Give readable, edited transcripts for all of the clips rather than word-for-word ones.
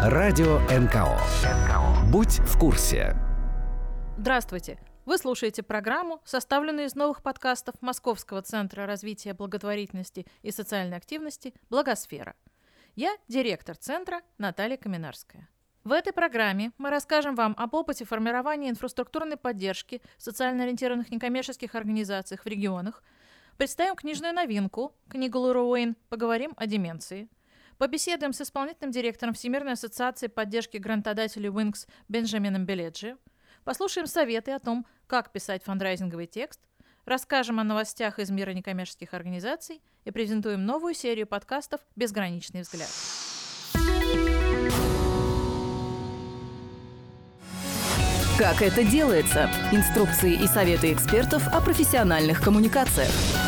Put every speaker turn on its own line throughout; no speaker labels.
Радио НКО. Будь в курсе.
Здравствуйте! Вы слушаете программу, составленную из новых подкастов Московского центра развития благотворительности и социальной активности «Благосфера». Я директор центра Наталья Каминарская. В этой программе мы расскажем вам об опыте формирования инфраструктурной поддержки социально ориентированных некоммерческих организациях в регионах, представим книжную новинку, книгу Лоры Уэйн «Поговорим о деменции», побеседуем с исполнительным директором Всемирной ассоциации поддержки грантодателей Wings Бенджамином Беледжи, послушаем советы о том, как писать фандрайзинговый текст, расскажем о новостях из мира некоммерческих организаций и презентуем новую серию подкастов «Безграничный взгляд».
Как это делается? Инструкции и советы экспертов о профессиональных коммуникациях.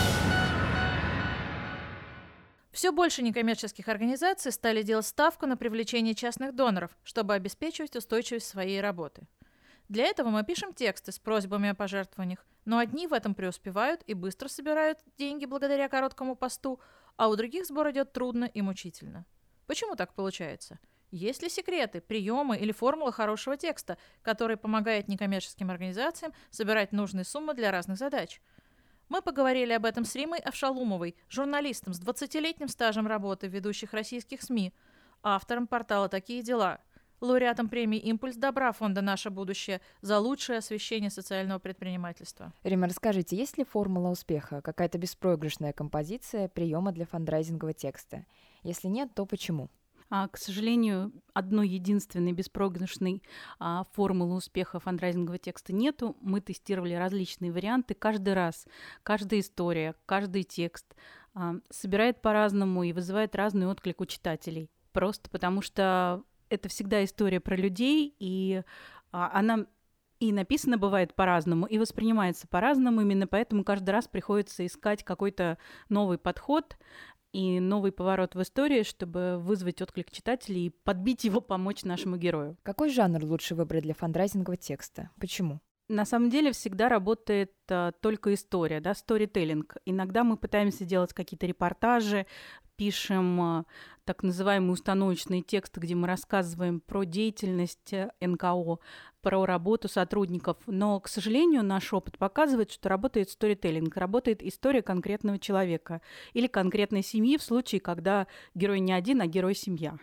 Все больше некоммерческих организаций стали делать ставку на привлечение частных доноров, чтобы обеспечивать устойчивость своей работы. Для этого мы пишем тексты с просьбами о пожертвованиях, но одни в этом преуспевают и быстро собирают деньги благодаря короткому посту, а у других сбор идет трудно и мучительно. Почему так получается? Есть ли секреты, приемы или формула хорошего текста, который помогает некоммерческим организациям собирать нужные суммы для разных задач? Мы поговорили об этом с Римой Авшалумовой, журналистом с 20-летним стажем работы в ведущих российских СМИ, автором портала «Такие дела», лауреатом премии «Импульс добра» фонда «Наше будущее» за лучшее освещение социального предпринимательства.
Рима, расскажите, есть ли формула успеха, какая-то беспроигрышная композиция приема для фандрайзингового текста? Если нет, то почему?
К сожалению, одной единственной беспроигрышной формулы успеха фандрайзингового текста нету. Мы тестировали различные варианты. Каждый раз, каждая история, каждый текст собирает по-разному и вызывает разный отклик у читателей. Просто потому что это всегда история про людей, и она и написана бывает по-разному, и воспринимается по-разному. Именно поэтому каждый раз приходится искать какой-то новый подход и новый поворот в истории, чтобы вызвать отклик читателей и подбить его, помочь нашему герою.
Какой жанр лучше выбрать для фандрайзингового текста? Почему?
На самом деле всегда работает только история, да, сторителлинг. Иногда мы пытаемся делать какие-то репортажи, пишем так называемые установочные тексты, где мы рассказываем про деятельность НКО, про работу сотрудников. Но, к сожалению, наш опыт показывает, что работает сторителлинг, работает история конкретного человека или конкретной семьи в случае, когда герой не один, а герой-семья.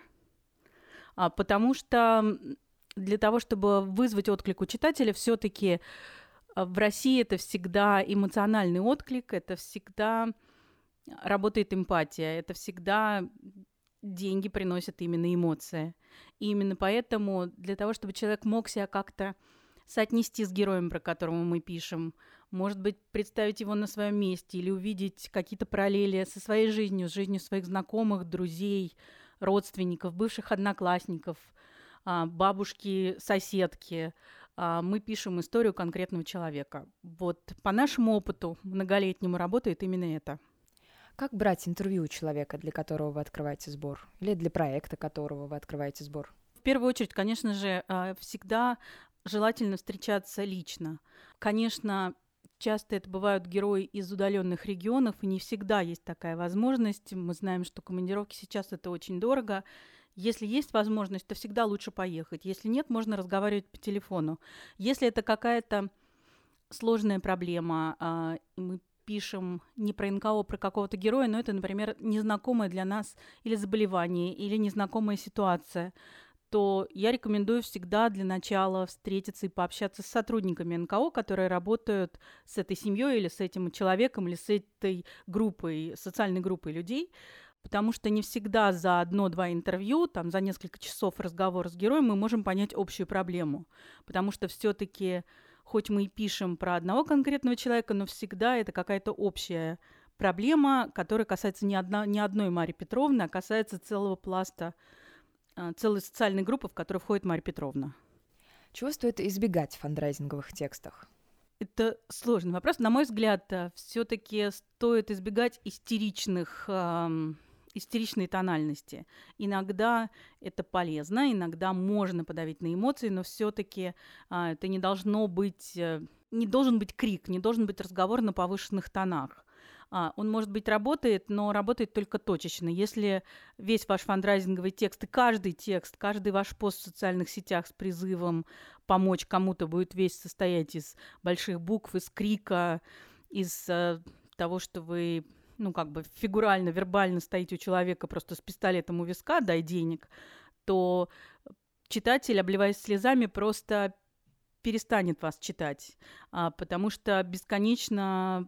Потому что для того, чтобы вызвать отклик у читателя, все-таки в России это всегда эмоциональный отклик, это всегда работает эмпатия, это всегда деньги приносят именно эмоции. И именно поэтому для того, чтобы человек мог себя как-то соотнести с героем, про которого мы пишем, может быть, представить его на своем месте или увидеть какие-то параллели со своей жизнью, с жизнью своих знакомых, друзей, родственников, бывших одноклассников, бабушки, соседки. Мы пишем историю конкретного человека. Вот по нашему опыту многолетнему работает именно это.
Как брать интервью у человека, для которого вы открываете сбор? Или для проекта, которого вы открываете сбор?
В первую очередь, конечно же, всегда желательно встречаться лично. Конечно, часто это бывают герои из удаленных регионов, и не всегда есть такая возможность. Мы знаем, что командировки сейчас это очень дорого. Если есть возможность, то всегда лучше поехать. Если нет, можно разговаривать по телефону. Если это какая-то сложная проблема, и мы пишем не про НКО, а про какого-то героя, но это, например, незнакомое для нас или заболевание, или незнакомая ситуация, то я рекомендую всегда для начала встретиться и пообщаться с сотрудниками НКО, которые работают с этой семьей или с этим человеком, или с этой группой, социальной группой людей, потому что не всегда за одно-два интервью, там, за несколько часов разговора с героем мы можем понять общую проблему, потому что все-таки хоть мы и пишем про одного конкретного человека, но всегда это какая-то общая проблема, которая касается не одной Марьи Петровны, а касается целого пласта, целой социальной группы, в которую входит Марья Петровна.
Чего стоит избегать в фандрайзинговых текстах?
Это сложный вопрос. На мой взгляд, все-таки стоит избегать истеричной тональности. Иногда это полезно, иногда можно подавить на эмоции, но все-таки это не должен быть крик, не должен быть разговор на повышенных тонах. Он, может быть, работает, но работает только точечно. Если весь ваш фандрайзинговый текст и каждый ваш пост в социальных сетях с призывом помочь кому-то будет весь состоять из больших букв, из крика, из того, что вы, фигурально, вербально стоите у человека просто с пистолетом у виска, дай денег, то читатель, обливаясь слезами, просто перестанет вас читать, потому что бесконечно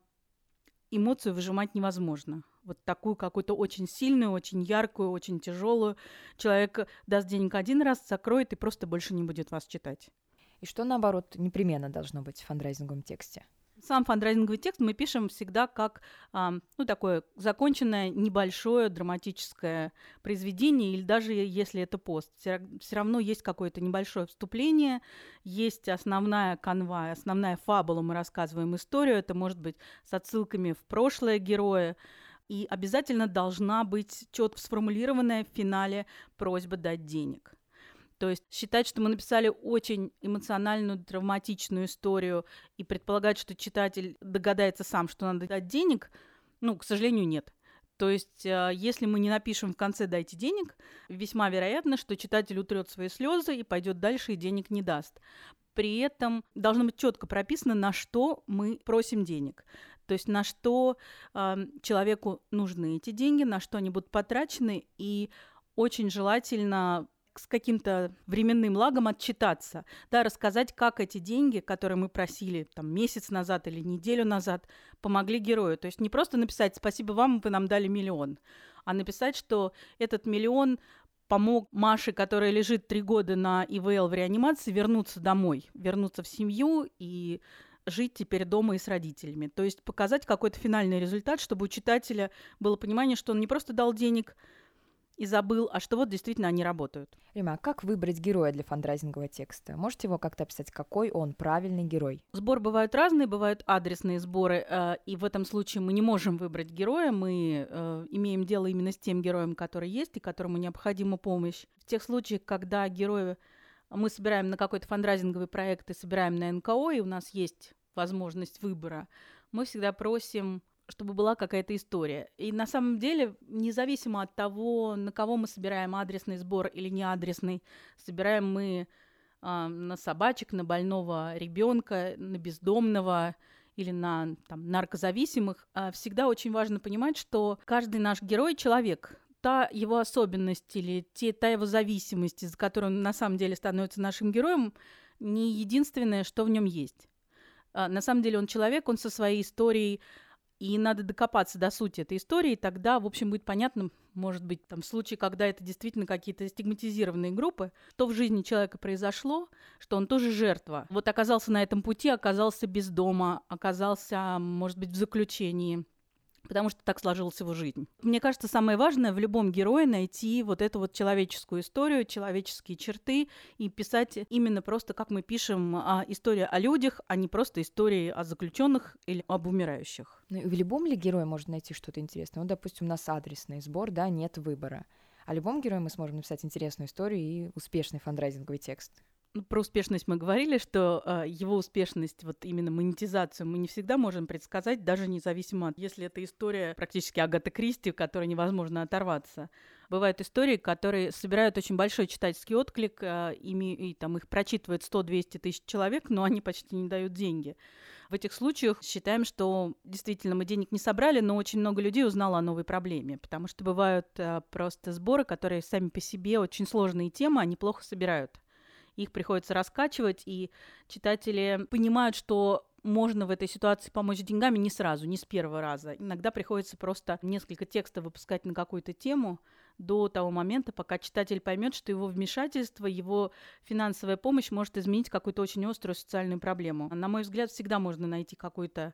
эмоцию выжимать невозможно. Вот такую какую-то очень сильную, очень яркую, очень тяжелую. Человек даст денег один раз, закроет и просто больше не будет вас читать.
И что, наоборот, непременно должно быть в фандрайзинговом тексте?
Сам фандрайзинговый текст мы пишем всегда как такое законченное, небольшое драматическое произведение, или даже если это пост. Все равно есть какое-то небольшое вступление, есть основная канва, основная фабула, мы рассказываем историю, это может быть с отсылками в прошлое героя, и обязательно должна быть четко сформулированная в финале просьба дать денег. То есть считать, что мы написали очень эмоциональную, травматичную историю и предполагать, что читатель догадается сам, что надо дать денег, к сожалению, нет. То есть если мы не напишем в конце «дайте денег», весьма вероятно, что читатель утрет свои слезы и пойдет дальше и денег не даст. При этом должно быть четко прописано, на что мы просим денег. То есть на что человеку нужны эти деньги, на что они будут потрачены, и очень желательно с каким-то временным лагом отчитаться, рассказать, как эти деньги, которые мы просили месяц назад или неделю назад, помогли герою. То есть не просто написать «спасибо вам, вы нам дали 1 миллион», а написать, что этот 1 миллион помог Маше, которая лежит 3 года на ИВЛ в реанимации, вернуться домой, вернуться в семью и жить теперь дома и с родителями. То есть показать какой-то финальный результат, чтобы у читателя было понимание, что он не просто дал денег и забыл, а что вот действительно они работают.
Рима, а как выбрать героя для фандрайзингового текста? Можете его как-то описать, какой он правильный герой?
Сборы бывают разные, бывают адресные сборы, и в этом случае мы не можем выбрать героя, мы имеем дело именно с тем героем, который есть и которому необходима помощь. В тех случаях, когда героя мы собираем на какой-то фандрайзинговый проект и собираем на НКО, и у нас есть возможность выбора, мы всегда просим, чтобы была какая-то история. И на самом деле, независимо от того, на кого мы собираем адресный сбор или не адресный, собираем мы на собачек, на больного ребенка, на бездомного или на наркозависимых, всегда очень важно понимать, что каждый наш герой – человек. Та его особенность или та его зависимость, из-за которой он на самом деле становится нашим героем, не единственное, что в нем есть. На самом деле он человек, он со своей историей, и надо докопаться до сути этой истории, и тогда, в общем, будет понятно, может быть, в случае, когда это действительно какие-то стигматизированные группы, что в жизни человека произошло, что он тоже жертва. Вот оказался на этом пути, оказался без дома, оказался, может быть, в заключении, потому что так сложилась его жизнь. Мне кажется, самое важное в любом герое найти вот эту вот человеческую историю, человеческие черты и писать именно просто, как мы пишем, история о людях, а не просто истории о заключенных или об умирающих.
Ну и в любом ли герое можно найти что-то интересное? Вот, допустим, у нас адресный сбор, нет выбора. А любому герою мы сможем написать интересную историю и успешный фандрайзинговый текст.
Про успешность мы говорили, что его успешность, вот именно монетизацию, мы не всегда можем предсказать, даже независимо от, если это история практически Агаты Кристи, в которой невозможно оторваться. Бывают истории, которые собирают очень большой читательский отклик, их прочитывает 100-200 тысяч человек, но они почти не дают деньги. В этих случаях считаем, что действительно мы денег не собрали, но очень много людей узнало о новой проблеме, потому что бывают просто сборы, которые сами по себе очень сложные темы, они плохо собирают. Их приходится раскачивать, и читатели понимают, что можно в этой ситуации помочь деньгами не сразу, не с первого раза. Иногда приходится просто несколько текстов выпускать на какую-то тему до того момента, пока читатель поймет, что его вмешательство, его финансовая помощь может изменить какую-то очень острую социальную проблему. На мой взгляд, всегда можно найти какую-то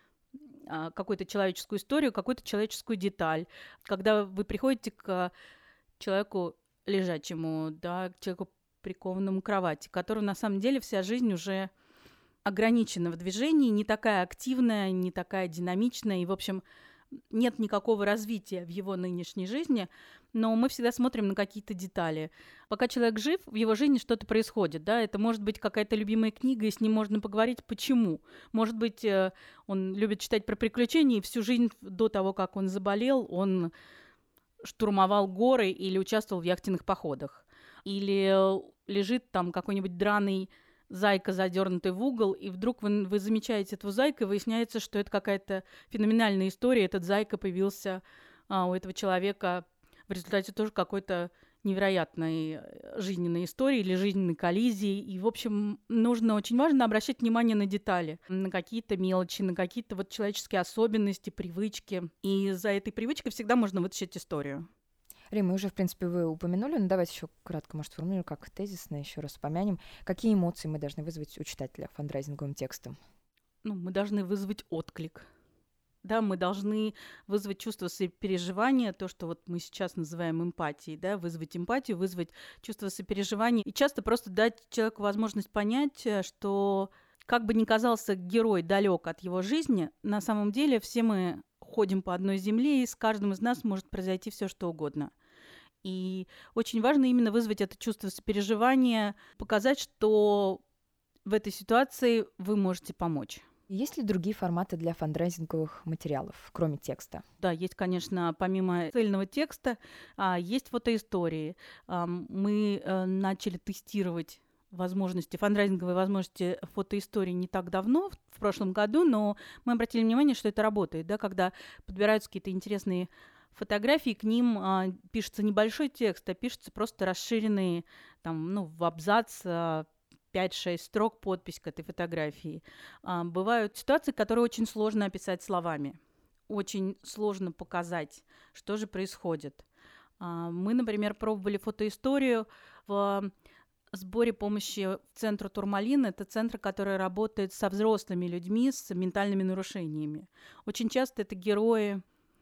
человеческую историю, какую-то человеческую деталь. Когда вы приходите к человеку лежачему, к человеку, прикованному к кровати, которого на самом деле вся жизнь уже ограничена в движении, не такая активная, не такая динамичная. И, в общем, нет никакого развития в его нынешней жизни, но мы всегда смотрим на какие-то детали. Пока человек жив, в его жизни что-то происходит, да, это может быть какая-то любимая книга, и с ним можно поговорить, почему. Может быть, он любит читать про приключения, и всю жизнь до того, как он заболел, он штурмовал горы или участвовал в яхтенных походах. Или лежит там какой-нибудь драный зайка, задернутый в угол, и вдруг вы замечаете этого зайка, и выясняется, что это какая-то феноменальная история. Этот зайка появился у этого человека в результате тоже какой-то невероятной жизненной истории или жизненной коллизии. И, в общем, очень важно обращать внимание на детали, на какие-то мелочи, на какие-то вот человеческие особенности, привычки. И за этой привычкой всегда можно вытащить историю.
Рим, мы уже, в принципе, вы упомянули, но давайте еще кратко, может, сформулируем, как тезисно еще раз упомянем. Какие эмоции мы должны вызвать у читателя фандрайзинговым текстом?
Мы должны вызвать отклик. Да, мы должны вызвать чувство сопереживания, то, что вот мы сейчас называем эмпатией, да, вызвать эмпатию, вызвать чувство сопереживания. И часто просто дать человеку возможность понять, что как бы ни казался герой далек от его жизни, на самом деле все мы ходим по одной земле, и с каждым из нас может произойти все что угодно. И очень важно именно вызвать это чувство сопереживания, показать, что в этой ситуации вы можете помочь.
Есть ли другие форматы для фандрайзинговых материалов, кроме текста?
Да, есть, конечно, помимо цельного текста, есть фотоистории. Мы начали тестировать фандрайзинговые возможности фотоистории не так давно, в прошлом году, но мы обратили внимание, что это работает, да, когда подбираются какие-то интересные фотографии, к ним пишется небольшой текст, а пишется просто расширенный в абзац 5-6 строк подпись к этой фотографии. Бывают ситуации, которые очень сложно описать словами. Очень сложно показать, что же происходит. Мы, например, пробовали фотоисторию в сборе помощи Центру Турмалин. Это центр, который работает со взрослыми людьми с ментальными нарушениями. Очень часто это герои,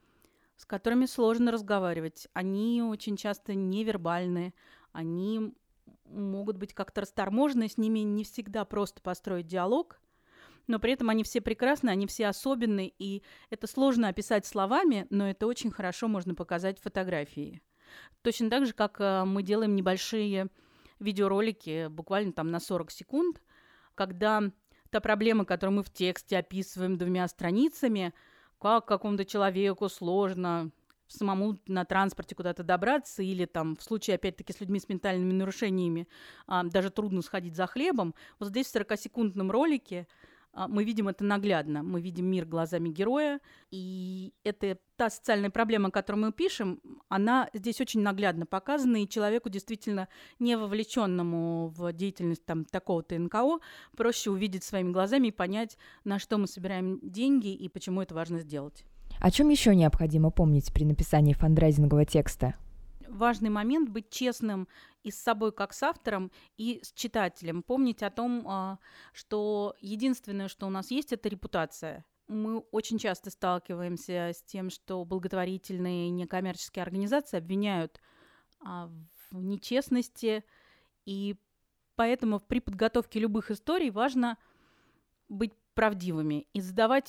с которыми сложно разговаривать. Они очень часто невербальны, они могут быть как-то расторможены, с ними не всегда просто построить диалог, но при этом они все прекрасны, они все особенные, и это сложно описать словами, но это очень хорошо можно показать фотографией. Точно так же, как мы делаем небольшие видеоролики, буквально на 40 секунд, когда та проблема, которую мы в тексте описываем 2 страницами, как какому-то человеку сложно самому на транспорте куда-то добраться, или в случае, опять-таки, с людьми с ментальными нарушениями, даже трудно сходить за хлебом. Вот здесь в 40-секундном ролике мы видим это наглядно. Мы видим мир глазами героя, и это та социальная проблема, которую мы пишем, она здесь очень наглядно показана, и человеку, действительно не вовлеченному в деятельность такого-то НКО, проще увидеть своими глазами и понять, на что мы собираем деньги и почему это важно сделать.
О чем еще необходимо помнить при написании фандрайзингового текста?
Важный момент — быть честным и с собой как с автором, и с читателем. Помнить о том, что единственное, что у нас есть, это репутация. Мы очень часто сталкиваемся с тем, что благотворительные некоммерческие организации обвиняют в нечестности, и поэтому при подготовке любых историй важно быть правдивыми и задавать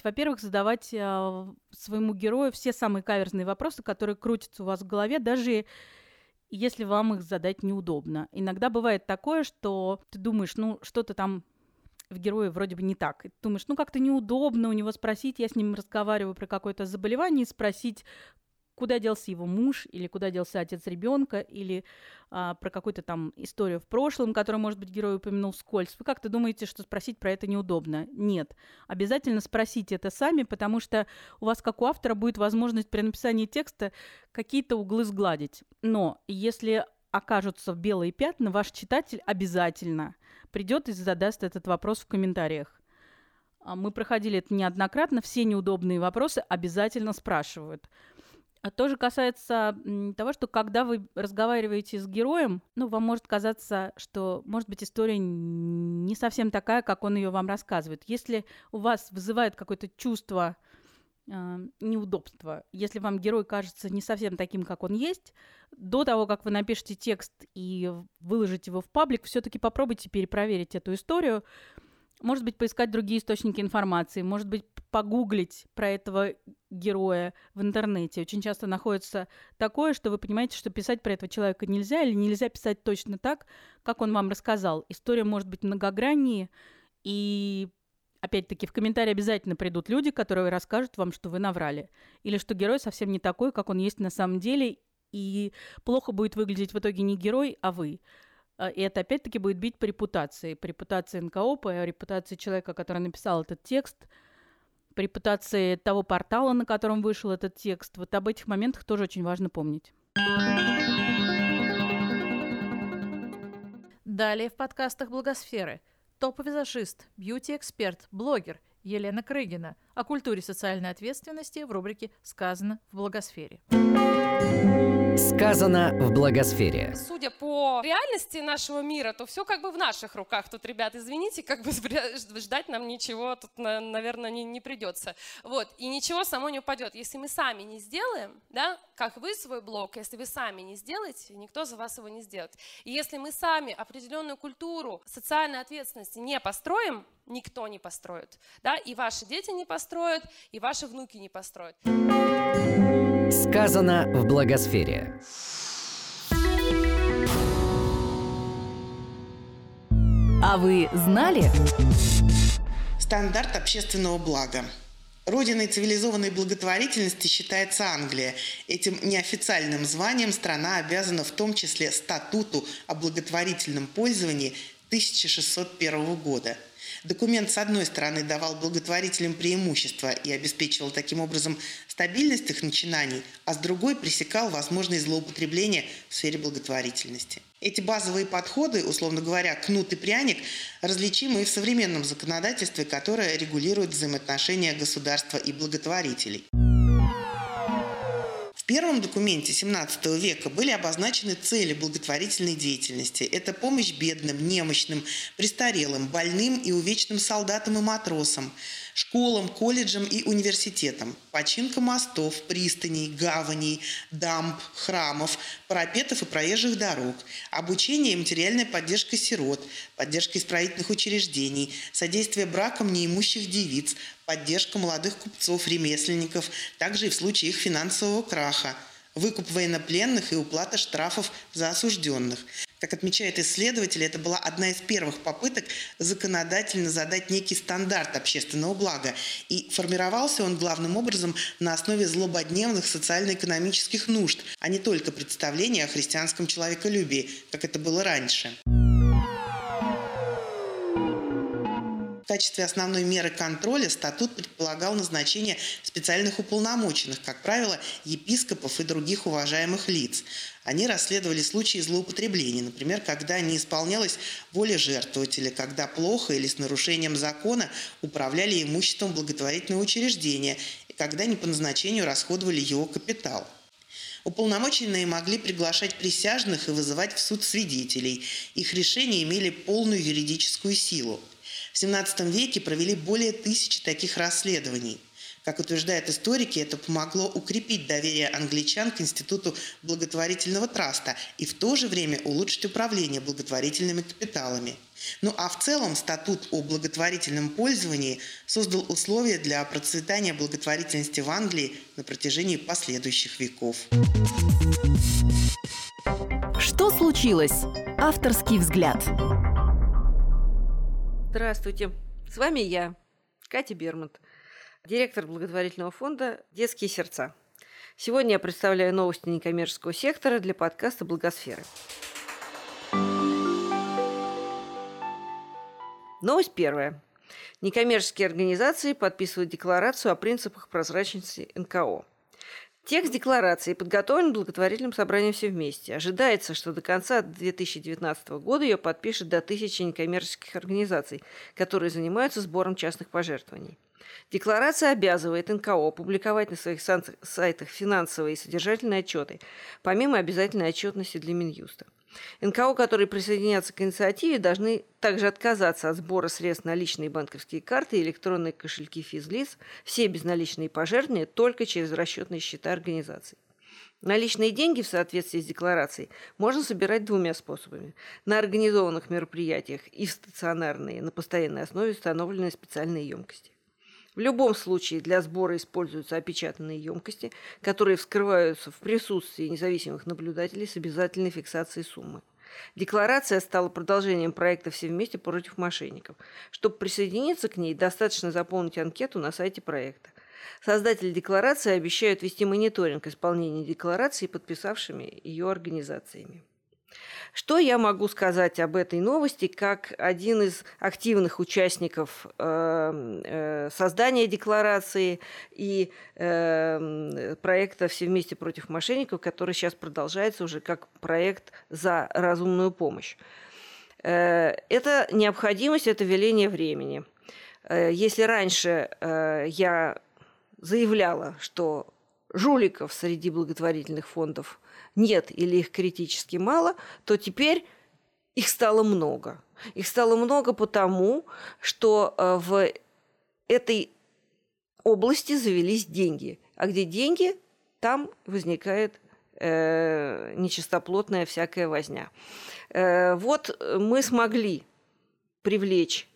своему герою все самые каверзные вопросы, которые крутятся у вас в голове, даже если вам их задать неудобно. Иногда бывает такое, что ты думаешь, что-то там в герое вроде бы не так. И ты думаешь, как-то неудобно у него спросить, я с ним разговариваю про какое-то заболевание, и спросить, куда делся его муж, или куда делся отец ребенка, или про какую-то историю в прошлом, которую, может быть, герой упомянул вскользь. Вы как-то думаете, что спросить про это неудобно? Нет. Обязательно спросите это сами, потому что у вас, как у автора, будет возможность при написании текста какие-то углы сгладить. Но если окажутся белые пятна, ваш читатель обязательно придет и задаст этот вопрос в комментариях. Мы проходили это неоднократно, все неудобные вопросы обязательно спрашивают. То же касается того, что когда вы разговариваете с героем, вам может казаться, что, может быть, история не совсем такая, как он ее вам рассказывает. Если у вас вызывает какое-то чувство неудобства, если вам герой кажется не совсем таким, как он есть, до того, как вы напишете текст и выложите его в паблик, все-таки попробуйте перепроверить эту историю. Может быть, поискать другие источники информации, может быть, погуглить про этого героя в интернете, очень часто находится такое, что вы понимаете, что писать про этого человека нельзя, или нельзя писать точно так, как он вам рассказал. История может быть многограннее, и опять-таки в комментарии обязательно придут люди, которые расскажут вам, что вы наврали, или что герой совсем не такой, как он есть на самом деле, и плохо будет выглядеть в итоге не герой, а вы. И это опять-таки будет бить по репутации НКО, по репутации человека, который написал этот текст, по репутации того портала, на котором вышел этот текст. Вот об этих моментах тоже очень важно помнить.
Далее в подкастах «Благосферы» топ-визажист, бьюти-эксперт, блогер Елена Крыгина о культуре социальной ответственности в рубрике «Сказано в Благосфере».
Сказано в Благосфере.
Судя по реальности нашего мира, то все как бы в наших руках. Тут, ребят, извините, как бы ждать нам ничего тут, наверное, не придется. Вот. И ничего само не упадет. Если мы сами не сделаем, да, как вы свой блог, если вы сами не сделаете, никто за вас его не сделает. И если мы сами определенную культуру социальной ответственности не построим, никто не построит. Да? И ваши дети не построят, и ваши внуки не построят.
Сказано в Благосфере.
А вы знали?
Стандарт общественного блага. Родиной цивилизованной благотворительности считается Англия. Этим неофициальным званием страна обязана в том числе статуту о благотворительном пользовании 1601 года. Документ, с одной стороны, давал благотворителям преимущество и обеспечивал таким образом стабильность их начинаний, а с другой пресекал возможные злоупотребления в сфере благотворительности. Эти базовые подходы, условно говоря, кнут и пряник, различимы и в современном законодательстве, которое регулирует взаимоотношения государства и благотворителей. В первом документе XVII века были обозначены цели благотворительной деятельности. Это помощь бедным, немощным, престарелым, больным и увечным солдатам и матросам, школам, колледжам и университетам, починка мостов, пристаней, гаваней, дамб, храмов, парапетов и проезжих дорог, обучение и материальная поддержка сирот, поддержка исправительных учреждений, содействие бракам неимущих девиц, поддержка молодых купцов, ремесленников, также и в случае их финансового краха, выкуп военнопленных и уплата штрафов за осужденных. Как отмечают исследователи, это была одна из первых попыток законодательно задать некий стандарт общественного блага. И формировался он главным образом на основе злободневных социально-экономических нужд, а не только представления о христианском человеколюбии, как это было раньше. В качестве основной меры контроля статут предполагал назначение специальных уполномоченных, как правило, епископов и других уважаемых лиц. Они расследовали случаи злоупотреблений, например, когда не исполнялась воля жертвователя, когда плохо или с нарушением закона управляли имуществом благотворительного учреждения, и когда не по назначению расходовали его капитал. Уполномоченные могли приглашать присяжных и вызывать в суд свидетелей. Их решения имели полную юридическую силу. В XVII веке провели более 1000 таких расследований. Как утверждают историки, это помогло укрепить доверие англичан к институту благотворительного траста и в то же время улучшить управление благотворительными капиталами. Ну а в целом статут о благотворительном пользовании создал условия для процветания благотворительности в Англии на протяжении последующих веков.
Что случилось? Авторский взгляд.
Здравствуйте, с вами я, Катя Бермонт, директор благотворительного фонда «Детские сердца». Сегодня я представляю новости некоммерческого сектора для подкаста «Благосферы». Новость первая. Некоммерческие организации подписывают декларацию о принципах прозрачности НКО. Текст декларации подготовлен благотворительным собранием «Все вместе». Ожидается, что до конца 2019 года ее подпишет до 1000 некоммерческих организаций, которые занимаются сбором частных пожертвований. Декларация обязывает НКО публиковать на своих сайтах финансовые и содержательные отчеты, помимо обязательной отчетности для Минюста. НКО, которые присоединятся к инициативе, должны также отказаться от сбора средств на личные банковские карты и электронные кошельки физлиц, все безналичные пожертвования только через расчетные счета организаций. Наличные деньги в соответствии с декларацией можно собирать двумя способами. На организованных мероприятиях и в стационарные, на постоянной основе установленные специальные емкости. В любом случае для сбора используются опечатанные емкости, которые вскрываются в присутствии независимых наблюдателей с обязательной фиксацией суммы. Декларация стала продолжением проекта «Все вместе против мошенников». Чтобы присоединиться к ней, достаточно заполнить анкету на сайте проекта. Создатели декларации обещают вести мониторинг исполнения декларации подписавшими ее организациями. Что я могу сказать об этой новости как один из активных участников создания декларации и проекта «Все вместе против мошенников», который сейчас продолжается уже как проект за разумную помощь? Это необходимость, это веление времени. Если раньше я заявляла, что жуликов среди благотворительных фондов нет или их критически мало, то теперь их стало много. Их стало много потому, что в этой области завелись деньги. А где деньги, там возникает нечистоплотная всякая возня. Вот мы смогли привлечь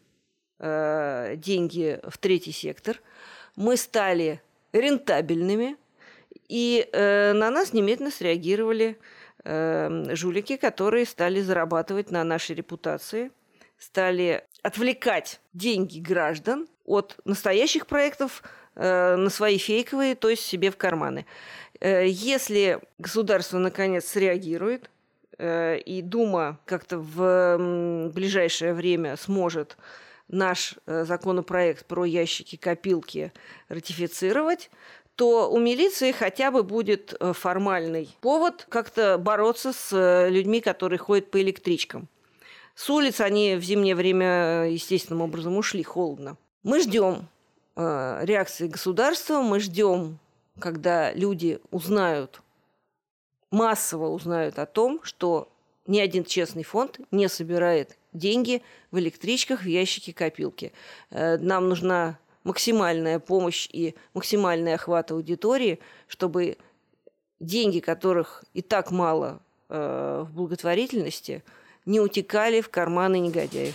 деньги в третий сектор, мы стали рентабельными, и на нас немедленно среагировали жулики, которые стали зарабатывать на нашей репутации, стали отвлекать деньги граждан от настоящих проектов на свои фейковые, то есть себе в карманы. Если государство наконец среагирует, и Дума как-то в ближайшее время сможет наш законопроект про ящики-копилки ратифицировать, то у милиции хотя бы будет формальный повод как-то бороться с людьми, которые ходят по электричкам. С улиц они в зимнее время естественным образом ушли, холодно. Мы ждем реакции государства, мы ждем, когда люди узнают, массово узнают о том, что ни один честный фонд не собирает деньги в электричках, в ящики-копилки. Нам нужна максимальная помощь и максимальный охват аудитории, чтобы деньги, которых и так мало в благотворительности, не утекали в карманы негодяев.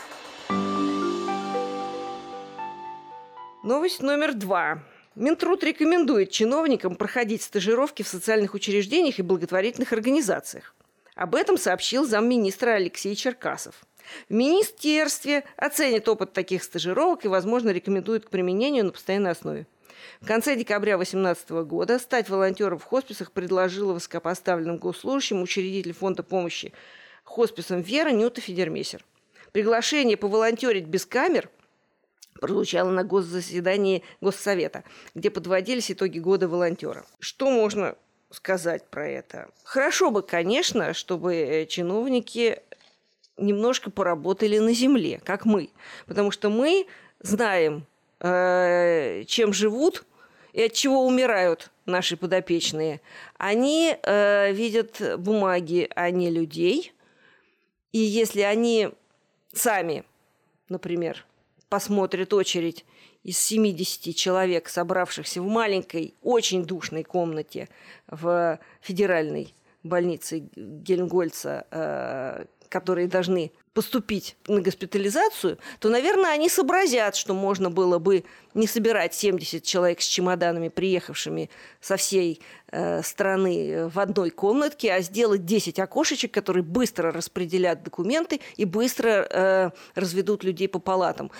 Новость номер 2. Минтруд рекомендует чиновникам проходить стажировки в социальных учреждениях и благотворительных организациях. Об этом сообщил замминистра Алексей Черкасов. В министерстве оценят опыт таких стажировок и, возможно, рекомендуют к применению на постоянной основе. В конце декабря 2018 года стать волонтером в хосписах предложила высокопоставленным госслужащим учредитель фонда помощи хосписам «Вера» Нюта Федермессер. Приглашение поволонтерить без камер прозвучало на госзаседании Госсовета, где подводились итоги года волонтера. Что можно сказать про это? Хорошо бы, конечно, чтобы чиновники немножко поработали на земле, как мы. Потому что мы знаем, чем живут и от чего умирают наши подопечные. Они видят бумаги, а не людей. И если они сами, например, посмотрят очередь из 70 человек, собравшихся в маленькой, очень душной комнате в федеральной больнице Гельмгольца, которые должны поступить на госпитализацию, то, наверное, они сообразят, что можно было бы не собирать 70 человек с чемоданами, приехавшими со всей страны в одной комнатке, а сделать 10 окошечек, которые быстро распределят документы и быстро разведут людей по палатам.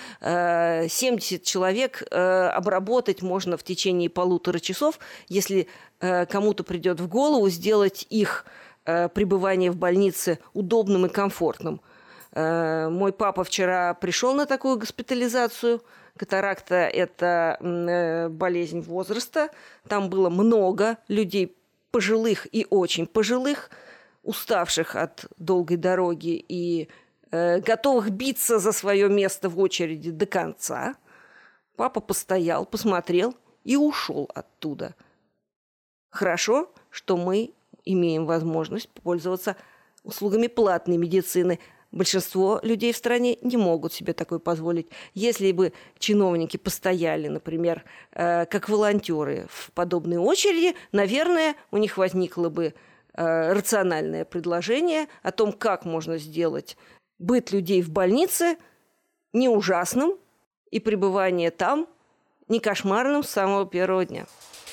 70 человек обработать можно в течение 1,5 часов, если кому-то придет в голову сделать их пребывание в больнице удобным и комфортным. Мой папа вчера пришел на такую госпитализацию. Катаракта – это болезнь возраста. Там было много людей пожилых и очень пожилых, уставших от долгой дороги и готовых биться за свое место в очереди до конца. Папа постоял, посмотрел и ушел оттуда. Хорошо, что мы имеем возможность пользоваться услугами платной медицины. Большинство людей в стране не могут себе такое позволить. Если бы чиновники постояли, например, как волонтеры в подобной очереди, наверное, у них возникло бы рациональное предложение о том, как можно сделать быт людей в больнице не ужасным и пребывание там не кошмарным с самого первого дня.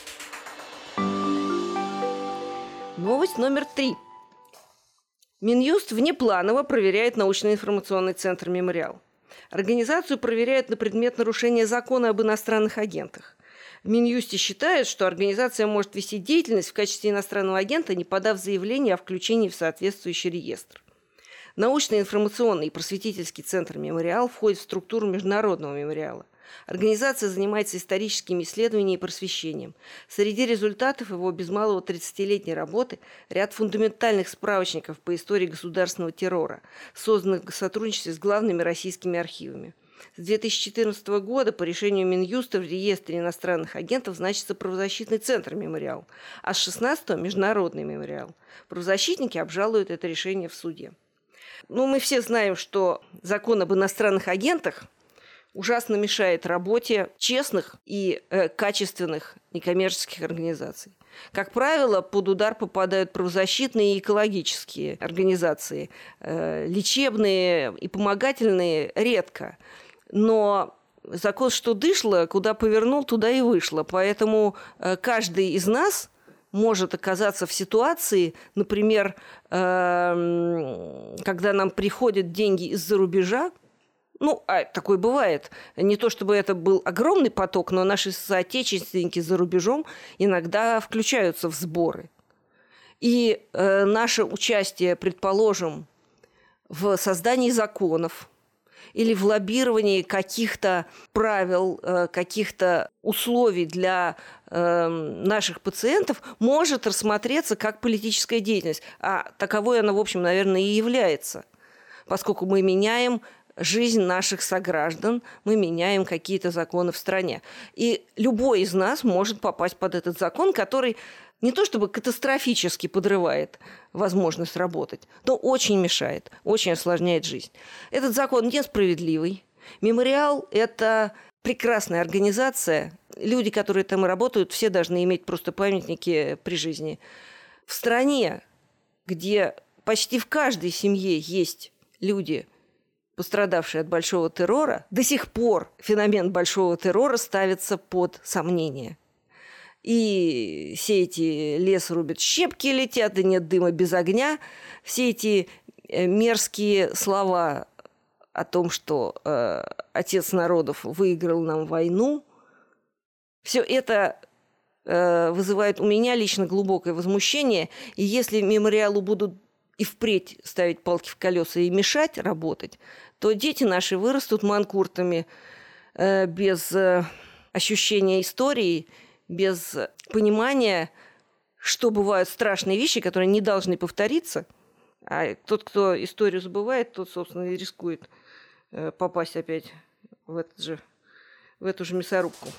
Новость номер 3. Минюст внепланово проверяет научно-информационный центр «Мемориал». Организацию проверяют на предмет нарушения закона об иностранных агентах. В Минюсте считают, что организация может вести деятельность в качестве иностранного агента, не подав заявление о включении в соответствующий реестр. Научно-информационный и просветительский центр «Мемориал» входит в структуру Международного мемориала. Организация занимается историческими исследованиями и просвещением. Среди результатов его без малого 30-летней работы ряд фундаментальных справочников по истории государственного террора, созданных в сотрудничестве с главными российскими архивами. С 2014 года по решению Минюста в реестре иностранных агентов значится правозащитный центр «Мемориал», а с 2016-го – Международный мемориал. Правозащитники обжалуют это решение в суде. Мы все знаем, что закон об иностранных агентах ужасно мешает работе честных и качественных некоммерческих организаций. Как правило, под удар попадают правозащитные и экологические организации. Лечебные и помогательные редко. Но закон что дышло, куда повернул, туда и вышло. Поэтому каждый из нас может оказаться в ситуации, например, когда нам приходят деньги из-за рубежа. Такое бывает. Не то чтобы это был огромный поток, но наши соотечественники за рубежом иногда включаются в сборы. И наше участие, предположим, в создании законов или в лоббировании каких-то правил, каких-то условий для наших пациентов может рассмотреться как политическая деятельность. А таковой она, в общем, наверное, и является, поскольку мы меняем жизнь наших сограждан, мы меняем какие-то законы в стране. И любой из нас может попасть под этот закон, который не то чтобы катастрофически подрывает возможность работать, но очень мешает, очень осложняет жизнь. Этот закон несправедливый. Мемориал – это прекрасная организация. Люди, которые там работают, все должны иметь просто памятники при жизни. В стране, где почти в каждой семье есть люди, пострадавшие от большого террора, до сих пор феномен большого террора ставится под сомнение. И все эти лес рубят, щепки летят, и нет дыма без огня. Все эти мерзкие слова о том, что отец народов выиграл нам войну, все это вызывает у меня лично глубокое возмущение. И если мемориалу будут и впредь ставить палки в колеса и мешать работать, то дети наши вырастут манкуртами без ощущения истории, без понимания, что бывают страшные вещи, которые не должны повториться. А тот, кто историю забывает, тот, собственно, и рискует попасть опять в эту же мясорубку.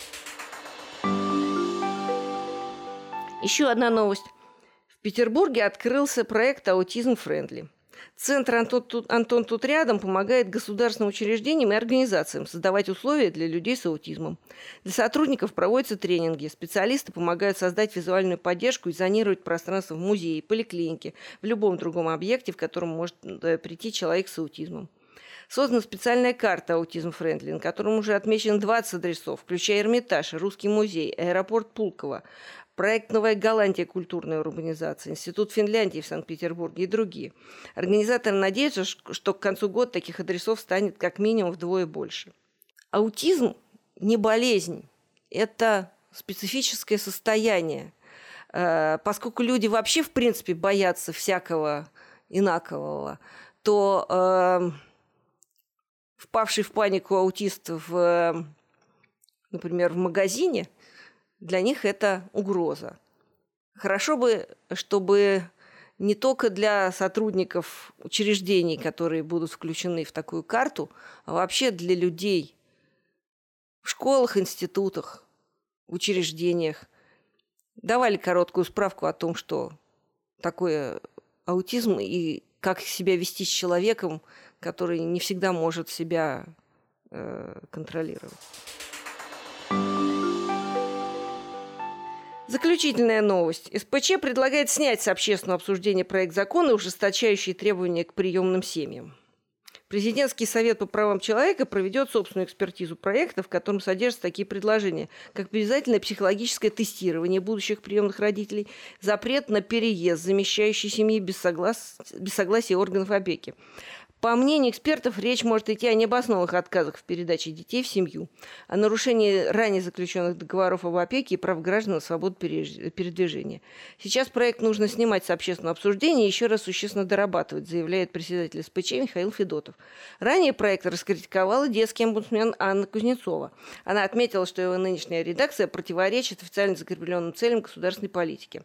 Еще одна новость. В Петербурге открылся проект «Аутизм Френдли». Центр «Антон тут рядом» помогает государственным учреждениям и организациям создавать условия для людей с аутизмом. Для сотрудников проводятся тренинги. Специалисты помогают создать визуальную поддержку и зонировать пространство в музее, поликлинике, в любом другом объекте, в котором может прийти человек с аутизмом. Создана специальная карта «Аутизм Френдли», на котором уже отмечено 20 адресов, включая Эрмитаж, Русский музей, аэропорт Пулково, проект «Новая Голландия. Культурная урбанизация», Институт Финляндии в Санкт-Петербурге и другие. Организаторы надеются, что к концу года таких адресов станет как минимум вдвое больше. Аутизм не болезнь, это специфическое состояние. Поскольку люди вообще, в принципе, боятся всякого инакового, то впавший в панику аутист, например, в магазине, для них это угроза. Хорошо бы, чтобы не только для сотрудников учреждений, которые будут включены в такую карту, а вообще для людей в школах, институтах, учреждениях давали короткую справку о том, что такое аутизм и как себя вести с человеком, который не всегда может себя контролировать. Заключительная новость. СПЧ предлагает снять с общественного обсуждения проект закона, ужесточающий требования к приемным семьям. Президентский совет по правам человека проведет собственную экспертизу проекта, в котором содержатся такие предложения, как обязательное психологическое тестирование будущих приемных родителей, запрет на переезд, замещающий семьи без согласия органов опеки. По мнению экспертов, речь может идти о необоснованных отказах в передаче детей в семью, о нарушении ранее заключенных договоров об опеке и прав граждан на свободу передвижения. Сейчас проект нужно снимать с общественного обсуждения и еще раз существенно дорабатывать, заявляет председатель СПЧ Михаил Федотов. Ранее проект раскритиковала детский омбудсмен Анна Кузнецова. Она отметила, что его нынешняя редакция противоречит официально закрепленным целям государственной политики.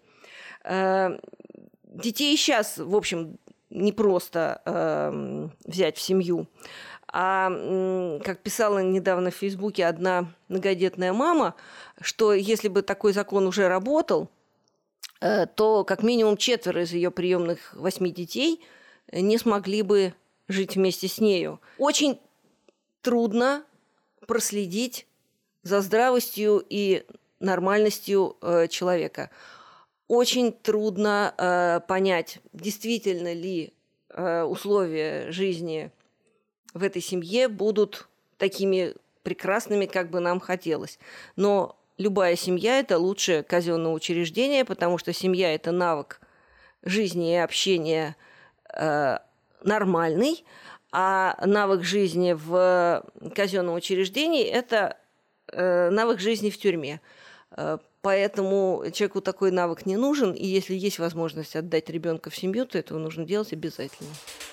Детей сейчас, в общем, не просто взять в семью. А, как писала недавно в Фейсбуке одна многодетная мама, что если бы такой закон уже работал, то как минимум 4 из ее приемных 8 детей не смогли бы жить вместе с нею. Очень трудно проследить за здравостью и нормальностью человека. Очень трудно понять, действительно ли условия жизни в этой семье будут такими прекрасными, как бы нам хотелось. Но любая семья – это лучшее казенное учреждение, потому что семья – это навык жизни и общения нормальный, а навык жизни в казенном учреждении – это навык жизни в тюрьме. Поэтому человеку такой навык не нужен, и если есть возможность отдать ребенка в семью, то этого нужно делать обязательно.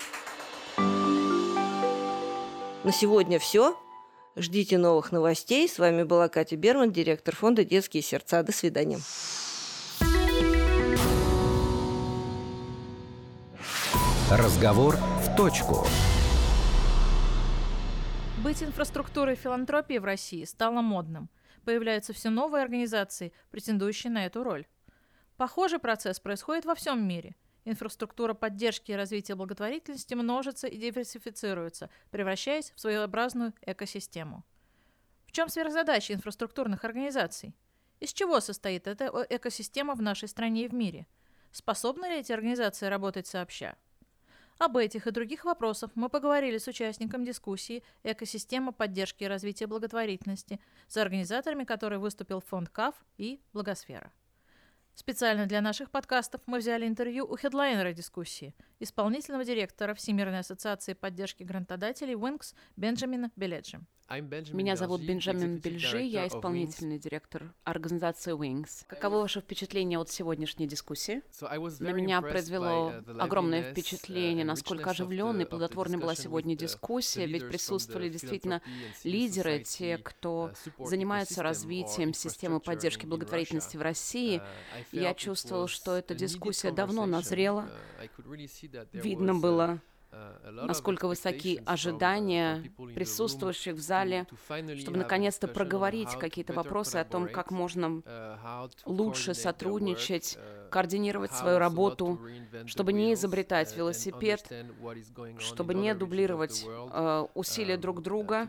На сегодня все. Ждите новых новостей. С вами была Катя Берман, директор фонда «Детские сердца». До свидания.
Разговор в точку.
Быть инфраструктурой филантропии в России стало модным. Появляются все новые организации, претендующие на эту роль. Похожий процесс происходит во всем мире. Инфраструктура поддержки и развития благотворительности множится и диверсифицируется, превращаясь в своеобразную экосистему. В чем сверхзадача инфраструктурных организаций? Из чего состоит эта экосистема в нашей стране и в мире? Способны ли эти организации работать сообща? Об этих и других вопросах мы поговорили с участником дискуссии «Экосистема поддержки и развития благотворительности», с организаторами которой выступил фонд КАФ и Благосфера. Специально для наших подкастов мы взяли интервью у хедлайнера дискуссии, исполнительного директора Всемирной ассоциации поддержки грантодателей Wings Бенджамина Беледжи.
Меня зовут Бенджамин Бельжи, я исполнительный директор организации Wings. Каково ваше впечатление от сегодняшней дискуссии? На меня произвело огромное впечатление, насколько оживленной и плодотворной была сегодня дискуссия, ведь присутствовали действительно лидеры, те, кто занимается развитием системы поддержки благотворительности в России. Я чувствовала, что эта дискуссия давно назрела. Видно было, насколько высоки ожидания присутствующих в зале, чтобы наконец-то проговорить какие-то вопросы о том, как можно лучше сотрудничать, координировать свою работу, чтобы не изобретать велосипед, чтобы не дублировать усилия друг друга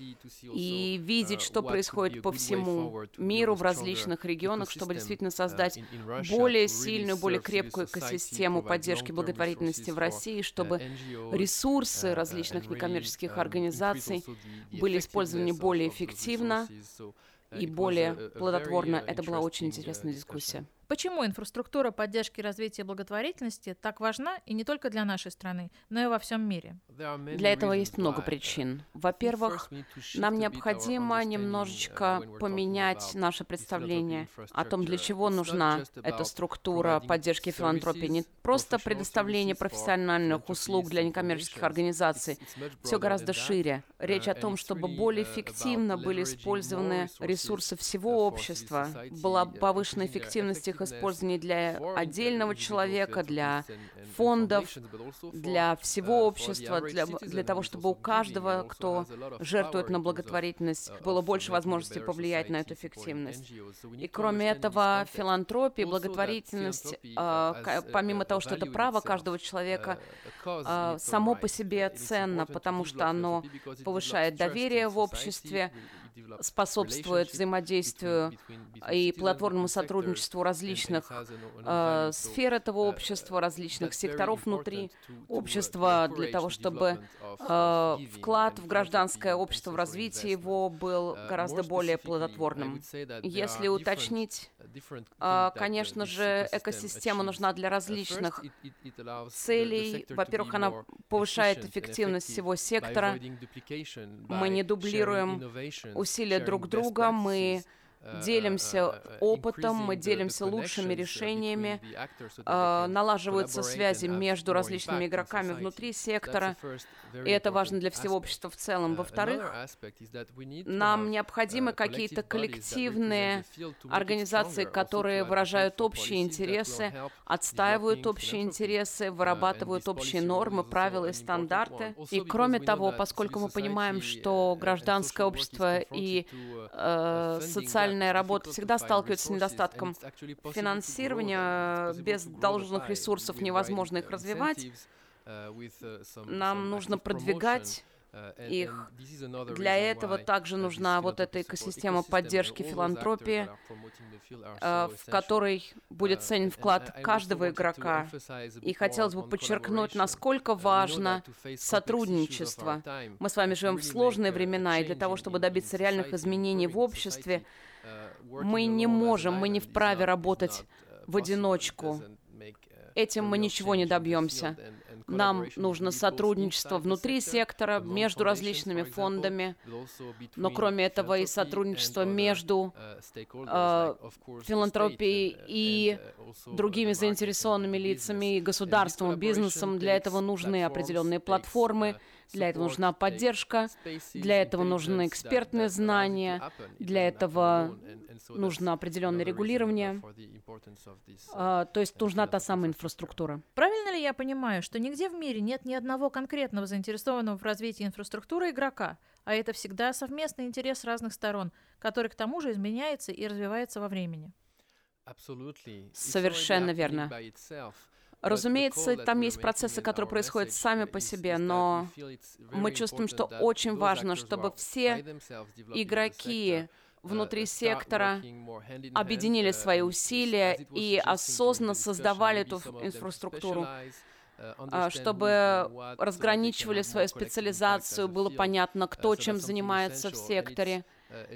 и видеть, что происходит по всему миру в различных регионах, чтобы действительно создать более сильную, более крепкую экосистему поддержки благотворительности в России, чтобы ресурсы различных некоммерческих организаций были использованы более эффективно и более плодотворно. Это была очень интересная дискуссия.
Почему инфраструктура поддержки и развития благотворительности так важна и не только для нашей страны, но и во всем мире?
Для этого есть много причин. Во-первых, нам необходимо немножечко поменять наше представление о том, для чего нужна эта структура поддержки филантропии. Не просто предоставление профессиональных услуг для некоммерческих организаций. Все гораздо шире. Речь о том, чтобы более эффективно были использованы ресурсы всего общества, была повышена эффективность их использования для отдельного человека, для фондов, для всего общества, для того, чтобы у каждого, кто жертвует на благотворительность, было больше возможностей повлиять на эту эффективность. И кроме этого, филантропия, благотворительность, помимо того, что это право каждого человека, само по себе ценно, потому что оно повышает доверие в обществе, способствует взаимодействию и плодотворному сотрудничеству различных сфер этого общества, различных секторов внутри общества, для того, чтобы вклад в гражданское общество, в развитие его был гораздо более плодотворным. Если уточнить, конечно же, экосистема нужна для различных целей. Во-первых, она повышает эффективность всего сектора. Мы не дублируем усилия друг друга, мы делимся опытом, мы делимся лучшими решениями, налаживаются связи между различными игроками внутри сектора, и это важно для всего общества в целом. Во-вторых, нам необходимы какие-то коллективные организации, которые выражают общие интересы, отстаивают общие интересы, вырабатывают общие нормы, правила и стандарты. И кроме того, поскольку мы понимаем, что гражданское общество и социальная работа всегда сталкиваются с недостатком финансирования, без должных ресурсов невозможно их развивать. Нам нужно продвигать их. Для этого также нужна вот эта экосистема поддержки филантропии, в которой будет ценен вклад каждого игрока. И хотелось бы подчеркнуть, насколько важно сотрудничество. Мы с вами живем в сложные времена, и для того, чтобы добиться реальных изменений в обществе, мы не можем, мы не вправе работать в одиночку. Этим мы ничего не добьемся. Нам нужно сотрудничество внутри сектора, между различными фондами, но кроме этого и сотрудничество между филантропией и другими заинтересованными лицами, и государством, и бизнесом. Для этого нужны определенные платформы, для этого нужна поддержка, для этого нужны экспертные знания, для этого нужно определенное регулирование, то есть нужна та самая инфраструктура.
Правильно ли я понимаю, что нигде в мире нет ни одного конкретного заинтересованного в развитии инфраструктуры игрока, а это всегда совместный интерес разных сторон, который к тому же изменяется и развивается во времени?
Совершенно верно. Разумеется, там есть процессы, которые происходят сами по себе, но мы чувствуем, что очень важно, чтобы все игроки внутри сектора объединили свои усилия и осознанно создавали эту инфраструктуру, чтобы разграничивали свою специализацию, было понятно, кто чем занимается в секторе,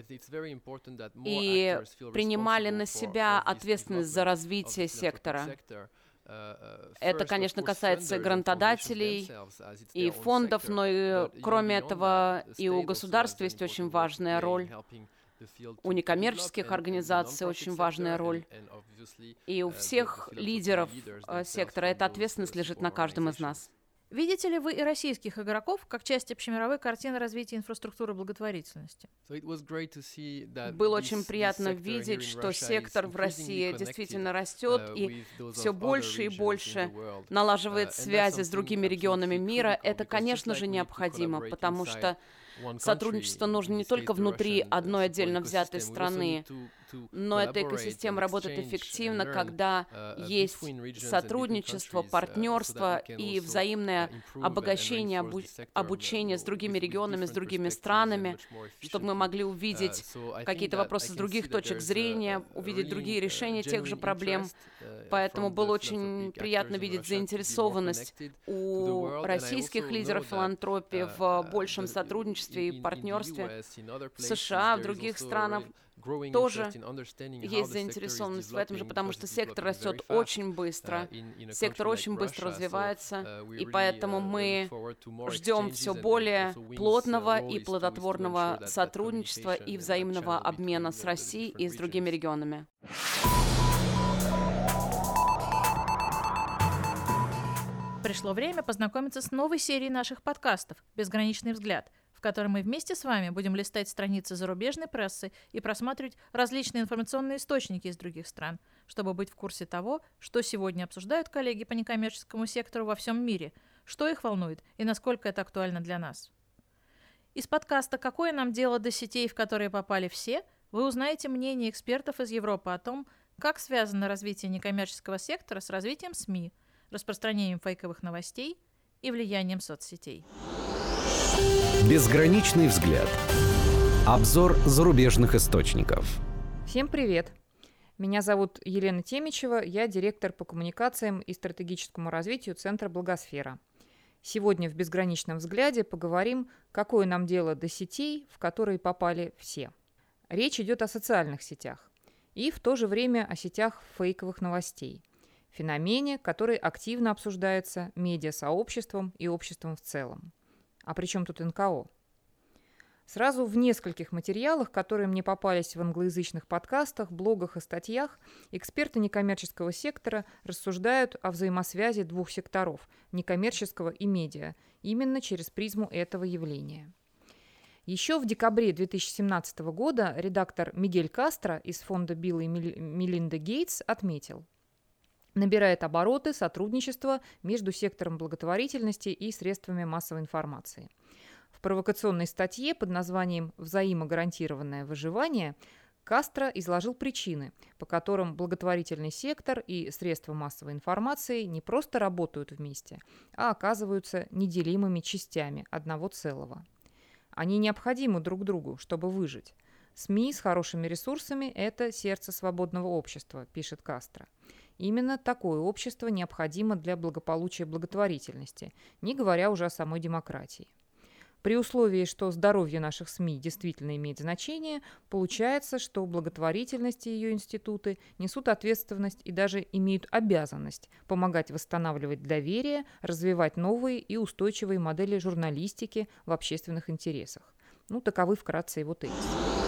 и принимали на себя ответственность за развитие сектора. Это, конечно, касается грантодателей и фондов, но и, кроме этого и у государства есть очень важная роль, у некоммерческих организаций очень важная роль, и у всех лидеров сектора эта ответственность лежит на каждом из нас.
Видите ли вы и российских игроков как часть общемировой картины развития инфраструктуры благотворительности?
Было очень приятно видеть, что сектор в России действительно растет и все больше и больше налаживает связи с другими регионами мира. Это, конечно же, необходимо, потому что сотрудничество нужно не только внутри одной отдельно взятой страны, но эта экосистема работает эффективно, когда есть сотрудничество, партнерство и взаимное обогащение, обучение с другими регионами, с другими странами, чтобы мы могли увидеть какие-то вопросы с других точек зрения, увидеть другие решения тех же проблем. Поэтому было очень приятно видеть заинтересованность у российских лидеров филантропии в большем сотрудничестве и партнерстве. В США, в других странах тоже есть заинтересованность в этом же, потому что сектор растет очень быстро, сектор очень быстро развивается, и поэтому мы ждем все более плотного и плодотворного сотрудничества и взаимного обмена с Россией и с другими регионами.
Пришло время познакомиться с новой серией наших подкастов «Безграничный взгляд», в которой мы вместе с вами будем листать страницы зарубежной прессы и просматривать различные информационные источники из других стран, чтобы быть в курсе того, что сегодня обсуждают коллеги по некоммерческому сектору во всем мире, что их волнует и насколько это актуально для нас. Из подкаста «Какое нам дело до сетей, в которые попали все?» вы узнаете мнение экспертов из Европы о том, как связано развитие некоммерческого сектора с развитием СМИ, распространением фейковых новостей и влиянием соцсетей.
Безграничный взгляд. Обзор зарубежных источников.
Всем привет! Меня зовут Елена Темичева, я директор по коммуникациям и стратегическому развитию Центра «Благосфера». Сегодня в «Безграничном взгляде» поговорим, какое нам дело до сетей, в которые попали все. Речь идет о социальных сетях и в то же время о сетях фейковых новостей. Феномене, который активно обсуждается медиасообществом и обществом в целом. А при чем тут НКО? Сразу в нескольких материалах, которые мне попались в англоязычных подкастах, блогах и статьях, эксперты некоммерческого сектора рассуждают о взаимосвязи двух секторов – некоммерческого и медиа, именно через призму этого явления. Еще в декабре 2017 года редактор Мигель Кастро из фонда Билла и Мелинды Гейтс отметил: набирает обороты сотрудничество между сектором благотворительности и средствами массовой информации. В провокационной статье под названием «Взаимогарантированное выживание» Кастро изложил причины, по которым благотворительный сектор и средства массовой информации не просто работают вместе, а оказываются неделимыми частями одного целого. Они необходимы друг другу, чтобы выжить. СМИ с хорошими ресурсами – это сердце свободного общества, пишет Кастро. Именно такое общество необходимо для благополучия благотворительности, не говоря уже о самой демократии. При условии, что здоровье наших СМИ действительно имеет значение, получается, что благотворительность и ее институты несут ответственность и даже имеют обязанность помогать восстанавливать доверие, развивать новые и устойчивые модели журналистики в общественных интересах. Таковы вкратце его тезисы.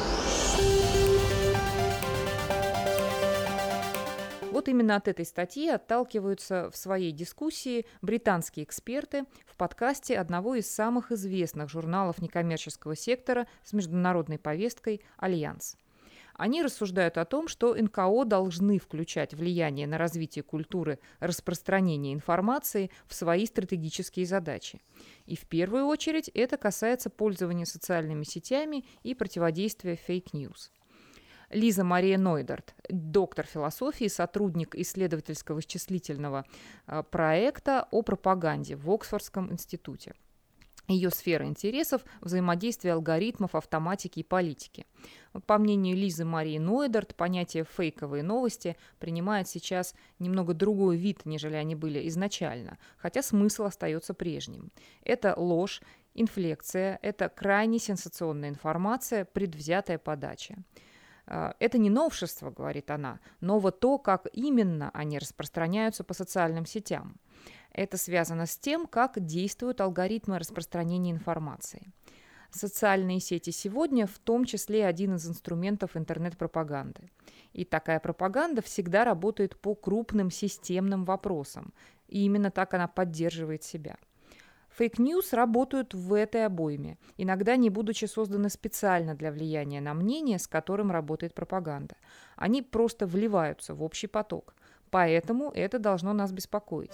Вот именно от этой статьи отталкиваются в своей дискуссии британские эксперты в подкасте одного из самых известных журналов некоммерческого сектора с международной повесткой «Альянс». Они рассуждают о том, что НКО должны включать влияние на развитие культуры распространения информации в свои стратегические задачи. И в первую очередь это касается пользования социальными сетями и противодействия фейк-ньюс. Лиза Мария Нойдарт, доктор философии, сотрудник исследовательского счислительного проекта о пропаганде в Оксфордском институте. Ее сфера интересов – взаимодействие алгоритмов, автоматики и политики. По мнению Лизы Марии Нойдарт, понятие «фейковые новости» принимает сейчас немного другой вид, нежели они были изначально, хотя смысл остается прежним. Это ложь, инфлекция, это крайне сенсационная информация, предвзятая подача. Это не новшество, говорит она, но вот то, как именно они распространяются по социальным сетям. Это связано с тем, как действуют алгоритмы распространения информации. Социальные сети сегодня в том числе один из инструментов интернет-пропаганды. И такая пропаганда всегда работает по крупным системным вопросам. И именно так она поддерживает себя. Фейк-ньюс работают в этой обойме, иногда не будучи созданы специально для влияния на мнение, с которым работает пропаганда. Они просто вливаются в общий поток. Поэтому это должно нас беспокоить.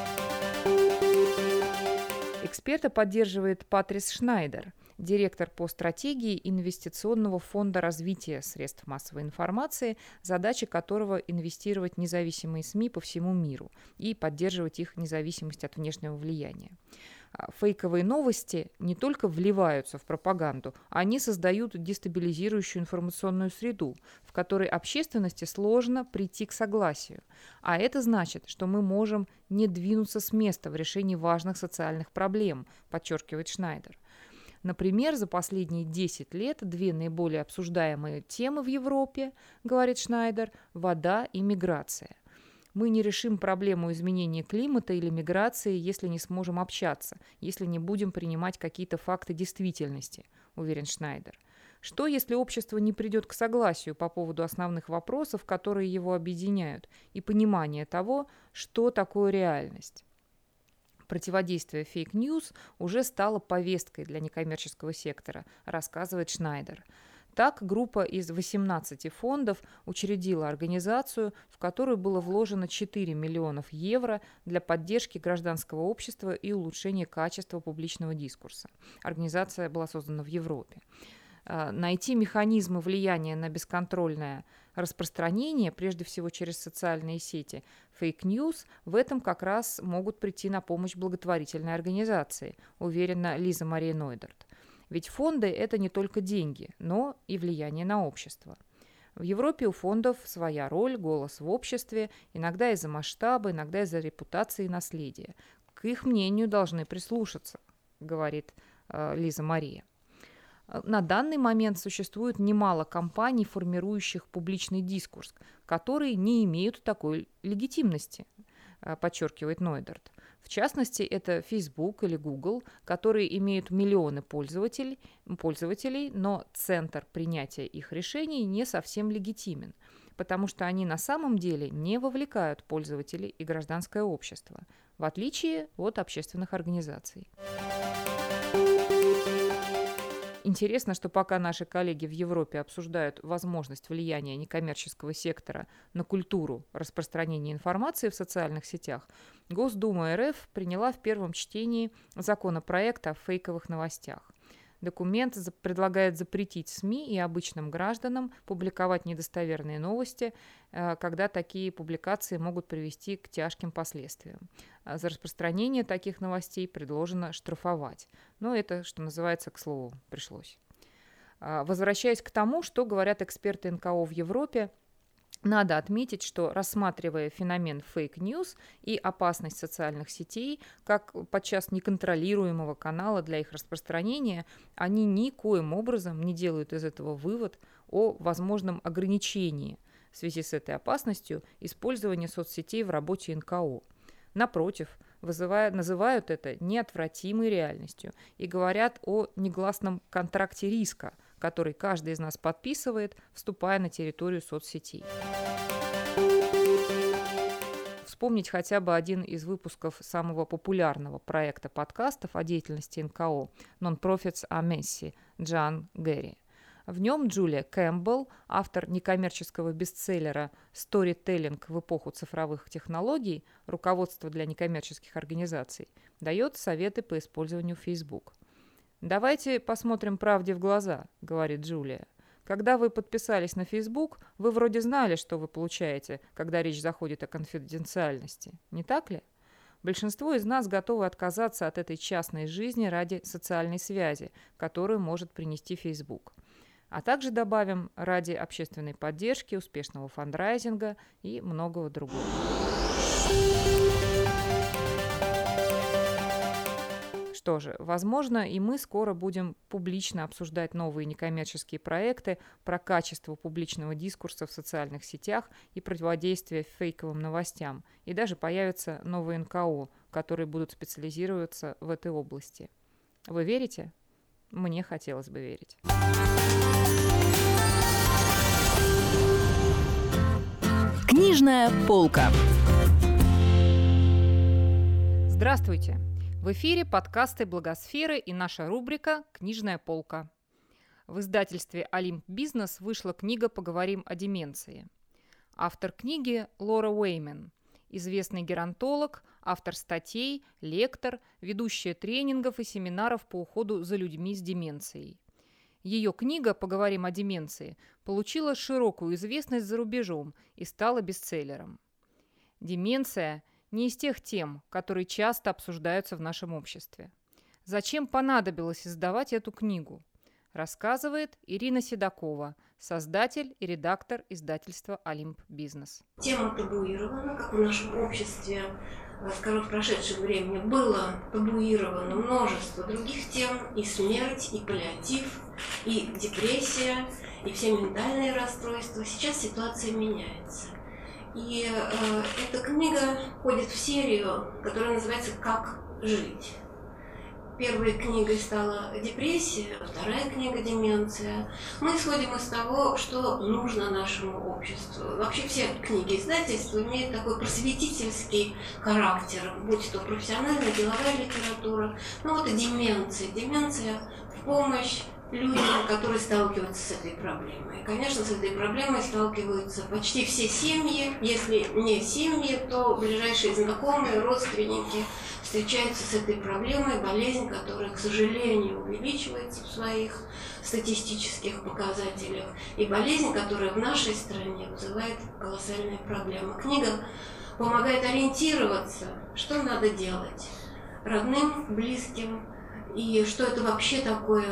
Эксперта поддерживает Патрис Шнайдер, директор по стратегии Инвестиционного фонда развития средств массовой информации, задача которого инвестировать в независимые СМИ по всему миру и поддерживать их независимость от внешнего влияния. Фейковые новости не только вливаются в пропаганду, они создают дестабилизирующую информационную среду, в которой общественности сложно прийти к согласию. А это значит, что мы можем не двинуться с места в решении важных социальных проблем, подчеркивает Шнайдер. Например, за последние 10 лет две наиболее обсуждаемые темы в Европе, говорит Шнайдер, вода и миграция. Мы не решим проблему изменения климата или миграции, если не сможем общаться, если не будем принимать какие-то факты действительности, уверен Шнайдер. Что, если общество не придет к согласию по поводу основных вопросов, которые его объединяют, и понимания того, что такое реальность? Противодействие фейк-ньюс уже стало повесткой для некоммерческого сектора, рассказывает Шнайдер. Так, группа из 18 фондов учредила организацию, в которую было вложено 4 миллионов евро для поддержки гражданского общества и улучшения качества публичного дискурса. Организация была создана в Европе. Найти механизмы влияния на бесконтрольное распространение, прежде всего через социальные сети, фейк-ньюс, в этом как раз могут прийти на помощь благотворительные организации, уверена Лиза Мария Нойдарт. Ведь фонды – это не только деньги, но и влияние на общество. В Европе у фондов своя роль, голос в обществе, иногда из-за масштаба, иногда из-за репутации и наследия. К их мнению должны прислушаться, говорит Лиза Мария. На данный момент существует немало компаний, формирующих публичный дискурс, которые не имеют такой легитимности, подчеркивает Нойдерт. В частности, это Facebook или Google, которые имеют миллионы пользователей, но центр принятия их решений не совсем легитимен, потому что они на самом деле не вовлекают пользователей и гражданское общество, в отличие от общественных организаций. Интересно, что пока наши коллеги в Европе обсуждают возможность влияния некоммерческого сектора на культуру распространения информации в социальных сетях, Госдума РФ приняла в первом чтении законопроект о фейковых новостях. Документ предлагает запретить СМИ и обычным гражданам публиковать недостоверные новости, когда такие публикации могут привести к тяжким последствиям. За распространение таких новостей предложено штрафовать. Но это, что называется, к слову, пришлось. Возвращаясь к тому, что говорят эксперты НКО в Европе, надо отметить, что, рассматривая феномен фейк-ньюс и опасность социальных сетей как подчас неконтролируемого канала для их распространения, они никоим образом не делают из этого вывод о возможном ограничении в связи с этой опасностью использования соцсетей в работе НКО. Напротив, называют это неотвратимой реальностью и говорят о негласном контракте риска, который каждый из нас подписывает, вступая на территорию соцсетей. Вспомнить хотя бы один из выпусков самого популярного проекта подкастов о деятельности НКО «Non-Profits a Messy» Джан Гэри. В нем Джулия Кэмпбелл, автор некоммерческого бестселлера «Storytelling в эпоху цифровых технологий. Руководство для некоммерческих организаций», дает советы по использованию Facebook. «Давайте посмотрим правде в глаза», — говорит Джулия. «Когда вы подписались на Facebook, вы вроде знали, что вы получаете, когда речь заходит о конфиденциальности. Не так ли? Большинство из нас готовы отказаться от этой частной жизни ради социальной связи, которую может принести Facebook. А также добавим ради общественной поддержки, успешного фандрайзинга и многого другого». Что же, возможно, и мы скоро будем публично обсуждать новые некоммерческие проекты про качество публичного дискурса в социальных сетях и противодействие фейковым новостям. И даже появятся новые НКО, которые будут специализироваться в этой области. Вы верите? Мне хотелось бы верить.
Книжная полка.
Здравствуйте! В эфире подкасты «Благосферы» и наша рубрика «Книжная полка». В издательстве «Олимп Бизнес» вышла книга «Поговорим о деменции». Автор книги Лора Уэймен, известный геронтолог, автор статей, лектор, ведущая тренингов и семинаров по уходу за людьми с деменцией. Ее книга «Поговорим о деменции» получила широкую известность за рубежом и стала бестселлером. Деменция – не из тех тем, которые часто обсуждаются в нашем обществе. Зачем понадобилось издавать эту книгу? Рассказывает Ирина Седокова, создатель и редактор издательства «Олимп Бизнес».
Тема табуирована, как в нашем обществе, скажем, в прошедшем времени было табуировано множество других тем: и смерть, и паллиатив, и депрессия, и все ментальные расстройства. Сейчас ситуация меняется. И эта книга входит в серию, которая называется «Как жить». Первой книгой стала депрессия, вторая книга «Деменция». Мы исходим из того, что нужно нашему обществу. Вообще все книги издательства имеют такой просветительский характер, будь то профессиональная, деловая литература. Ну вот и деменция. Деменция в помощь людям, которые сталкиваются с этой проблемой. И, конечно, с этой проблемой сталкиваются почти все семьи. Если не семьи, то ближайшие знакомые, родственники встречаются с этой проблемой, болезнь, которая, к сожалению, увеличивается в своих статистических показателях, и болезнь, которая в нашей стране вызывает колоссальные проблемы. Книга помогает ориентироваться, что надо делать родным, близким, и что это вообще такое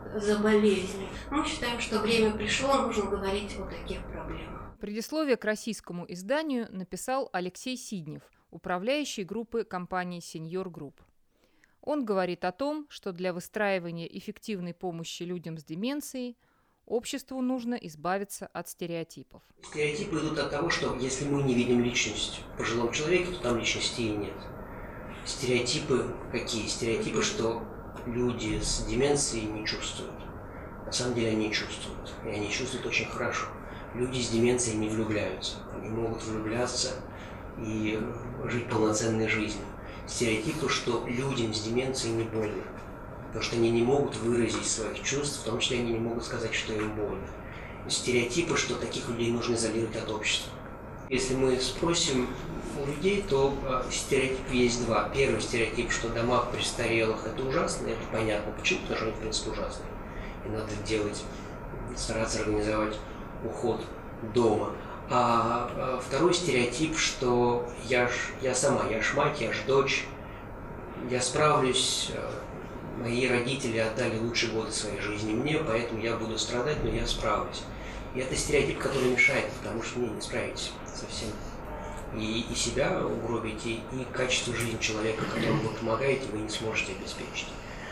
за болезнью. Мы считаем, что время пришло, нужно говорить о таких проблемах.
Предисловие к российскому изданию написал Алексей Сиднев, управляющий группы компании Senior Group. Он говорит о том, что для выстраивания эффективной помощи людям с деменцией обществу нужно избавиться от стереотипов.
Стереотипы идут от того, что если мы не видим личность в пожилом человеке, то там личности и нет. Стереотипы какие? Стереотипы, что люди с деменцией не чувствуют. На самом деле они чувствуют. И они чувствуют очень хорошо. Люди с деменцией не влюбляются. Они могут влюбляться и жить полноценной жизнью. Стереотипы, что людям с деменцией не больно. Потому что они не могут выразить своих чувств, в том числе они не могут сказать, что им больно. Стереотипы, что таких людей нужно изолировать от общества. Если мы спросим у людей, то стереотип есть два. Первый стереотип, что дома престарелых – это ужасно, это понятно. Почему? Потому что они, в принципе, ужасные. И надо делать, стараться организовать уход дома. А второй стереотип, что я сама, я ж мать, я ж дочь, я справлюсь, мои родители отдали лучшие годы своей жизни мне, поэтому я буду страдать, но я справлюсь. И это стереотип, который мешает, потому что не справитесь совсем. И себя угробите, и качество жизни человека, которому вы помогаете, вы не сможете обеспечить.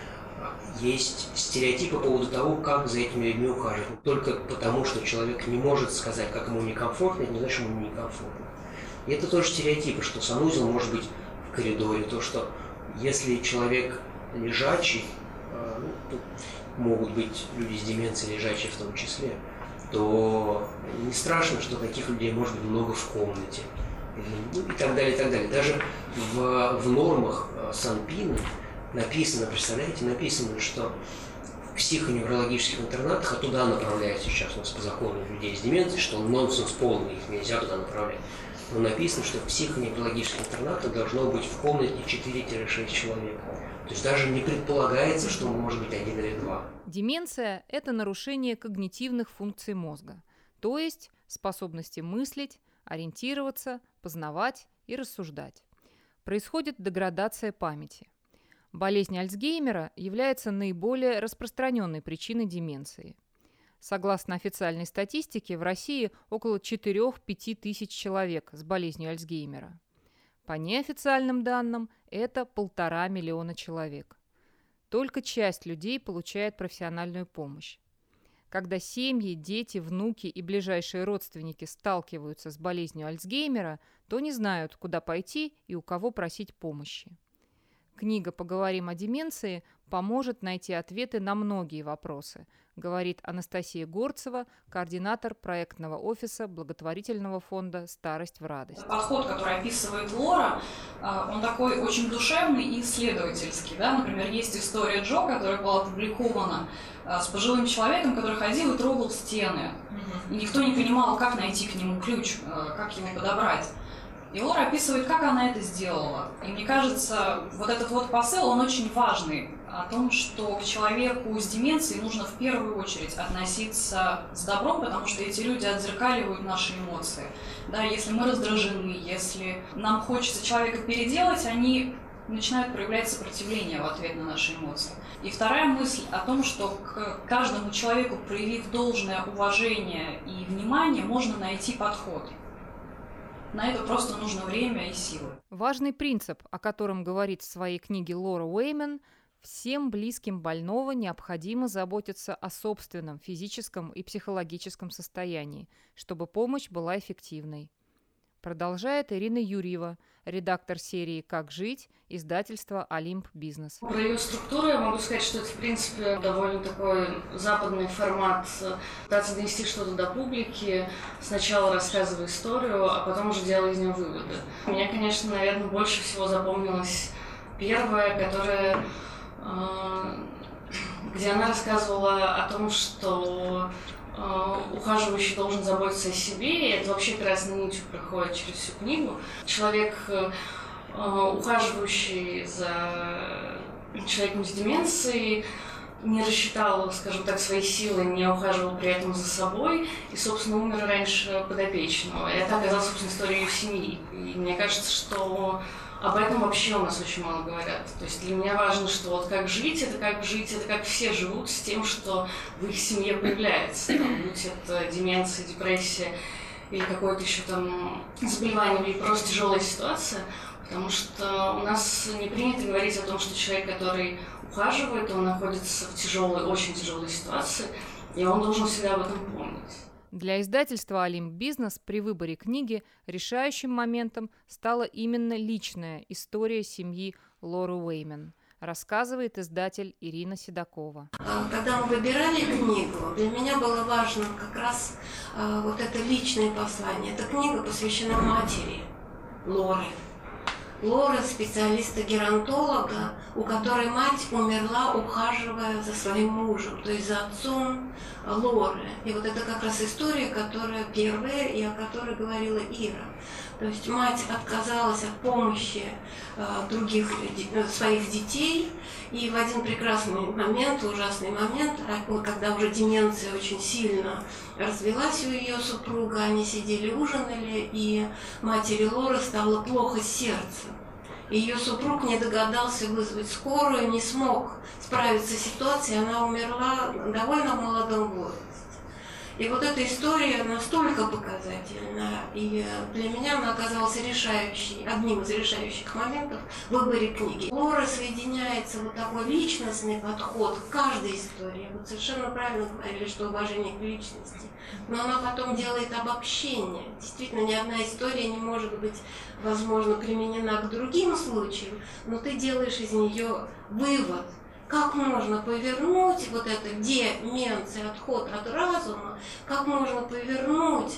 Есть стереотипы по поводу того, как за этими людьми ухаживать. Только потому, что человек не может сказать, как ему некомфортно, это не значит, что ему некомфортно. И это тоже стереотипы, что санузел может быть в коридоре, то, что если человек лежачий, могут быть люди с деменцией лежачие в том числе, то не страшно, что таких людей может быть много в комнате. И так далее, и так далее. Даже в нормах Санпина написано, представляете, написано, что в психоневрологических интернатах, а туда направляют сейчас у нас по закону людей с деменцией, что нонсенс полный, их нельзя туда направлять. Но написано, что в психоневрологических интернатах должно быть в комнате 4-6 человек. То есть даже не предполагается, что может быть 1 или 2.
Деменция – это нарушение когнитивных функций мозга, то есть способности мыслить, ориентироваться, познавать и рассуждать. Происходит деградация памяти. Болезнь Альцгеймера является наиболее распространенной причиной деменции. Согласно официальной статистике, в России около 4-5 тысяч человек с болезнью Альцгеймера. По неофициальным данным, это 1,5 миллиона человек. Только часть людей получает профессиональную помощь. Когда семьи, дети, внуки и ближайшие родственники сталкиваются с болезнью Альцгеймера, то не знают, куда пойти и у кого просить помощи. Книга «Поговорим о деменции» поможет найти ответы на многие вопросы, говорит Анастасия Горцева, координатор проектного офиса благотворительного фонда «Старость в радость».
Подход, который описывает Лора, он такой очень душевный и исследовательский. Да? Например, есть история Джо, которая была опубликована с пожилым человеком, который ходил и трогал стены. И никто не понимал, как найти к нему ключ, как его подобрать. И Лора описывает, как она это сделала. И мне кажется, вот этот вот посыл, он очень важный. О том, что к человеку с деменцией нужно в первую очередь относиться с добром, потому что эти люди отзеркаливают наши эмоции. Да, если мы раздражены, если нам хочется человека переделать, они начинают проявлять сопротивление в ответ на наши эмоции. И вторая мысль о том, что к каждому человеку, проявив должное уважение и внимание, можно найти подход. На это просто нужно время и силы.
Важный принцип, о котором говорит в своей книге Лора Уэймен, всем близким больного необходимо заботиться о собственном физическом и психологическом состоянии, чтобы помощь была эффективной. Продолжает Ирина Юрьева, редактор серии «Как жить», издательство «Олимп Бизнес».
Про ее структуру я могу сказать, что это, в принципе, довольно такой западный формат. Пытаться донести что-то до публики, сначала рассказывая историю, а потом уже делая из нее выводы. Мне, конечно, наверное, больше всего запомнилась первая, которая, где она рассказывала о том, что ухаживающий должен заботиться о себе, и это вообще красной нитью проходит через всю книгу. Человек, ухаживающий за человеком с деменцией, не рассчитал, скажем так, свои силы, не ухаживал при этом за собой и, собственно, умер раньше подопечного. И это оказалась, собственно, история их семьи. И мне кажется, что об этом вообще у нас очень мало говорят. То есть для меня важно, что вот как жить, это как все живут с тем, что в их семье появляется. Там, будь это деменция, депрессия или какое-то еще там заболевание, или просто тяжелая ситуация. Потому что у нас не принято говорить о том, что человек, который ухаживает, он находится в тяжелой, очень тяжелой ситуации, и он должен всегда об этом помнить.
Для издательства «Олимп Бизнес» при выборе книги решающим моментом стала именно личная история семьи Лоры Уэймен, рассказывает издатель Ирина Седокова.
Когда мы выбирали книгу, для меня было важно как раз вот это личное послание. Эта книга посвящена матери Лоры. Лора – специалиста-геронтолога, у которой мать умерла, ухаживая за своим мужем, то есть за отцом Лоры. И вот это как раз история, которая первая, и о которой говорила Ира. То есть мать отказалась от помощи других своих детей, и в один прекрасный момент, ужасный момент, когда уже деменция очень сильно развелась у ее супруга, они сидели, ужинали, и матери Лоры стало плохо с сердцем. Ее супруг не догадался вызвать скорую, не смог справиться с ситуацией, она умерла довольно в молодом возрасте. И вот эта история настолько показательна, и для меня она оказалась одним из решающих моментов в выборе книги. Лора соединяется вот такой личностный подход к каждой истории. Вот совершенно правильно говорили, что уважение к личности. Но она потом делает обобщение. Действительно, ни одна история не может быть, возможно, применена к другим случаям, но ты делаешь из нее вывод. Как можно повернуть вот это деменция, отход от разума, как можно повернуть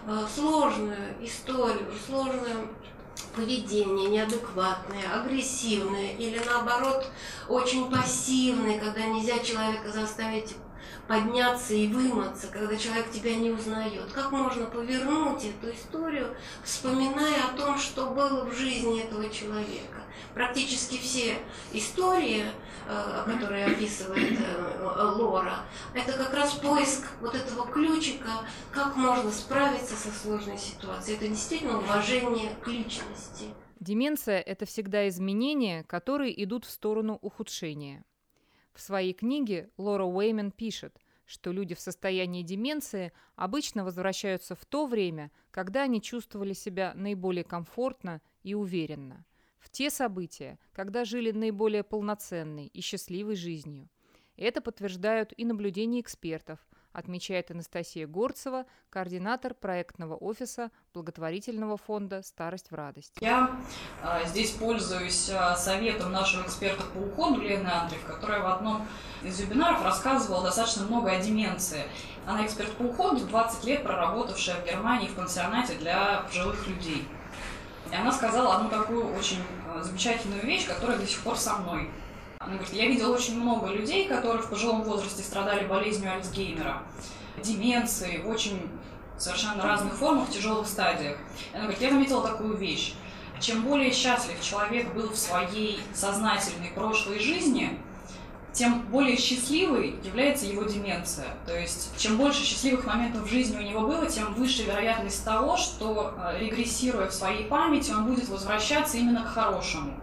сложную историю, сложное поведение, неадекватное, агрессивное или наоборот очень пассивное, когда нельзя человека заставить подняться и вымыться, когда человек тебя не узнает. Как можно повернуть эту историю, вспоминая о том, что было в жизни этого человека. Практически все истории, которые описывает Лора, это как раз поиск вот этого ключика, как можно справиться со сложной ситуацией. Это действительно уважение к личности.
Деменция – это всегда изменения, которые идут в сторону ухудшения. В своей книге Лора Уэймен пишет, что люди в состоянии деменции обычно возвращаются в то время, когда они чувствовали себя наиболее комфортно и уверенно, в те события, когда жили наиболее полноценной и счастливой жизнью. Это подтверждают и наблюдения экспертов, отмечает Анастасия Горцева, координатор проектного офиса благотворительного фонда «Старость в радость».
Я здесь пользуюсь советом нашего эксперта по уходу Лены Андреев, которая в одном из вебинаров рассказывала достаточно много о деменции. Она эксперт по уходу, 20 лет проработавшая в Германии в пансионате для пожилых людей. И она сказала одну такую очень замечательную вещь, которая до сих пор со мной. Она говорит, я видела очень много людей, которые в пожилом возрасте страдали болезнью Альцгеймера, деменцией, в очень совершенно разных формах, в тяжелых стадиях. Она говорит, я заметила такую вещь. Чем более счастлив человек был в своей сознательной прошлой жизни, тем более счастливой является его деменция. То есть, чем больше счастливых моментов в жизни у него было, тем выше вероятность того, что, регрессируя в своей памяти, он будет возвращаться именно к хорошему,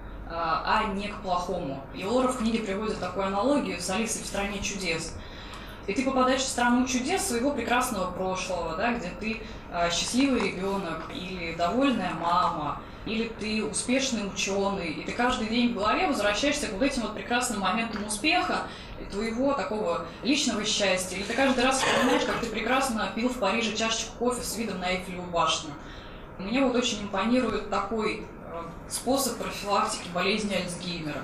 а не к плохому. И Лора в книге приводит такую аналогию с Алисой в стране чудес. И ты попадаешь в страну чудес своего прекрасного прошлого, да, где ты счастливый ребенок, или довольная мама, или ты успешный ученый, и ты каждый день в голове возвращаешься к вот этим вот прекрасным моментам успеха, твоего такого личного счастья. Или ты каждый раз вспоминаешь, как ты прекрасно пил в Париже чашечку кофе с видом на Эйфелеву башню. Мне вот очень импонирует такой способ профилактики болезни Альцгеймера.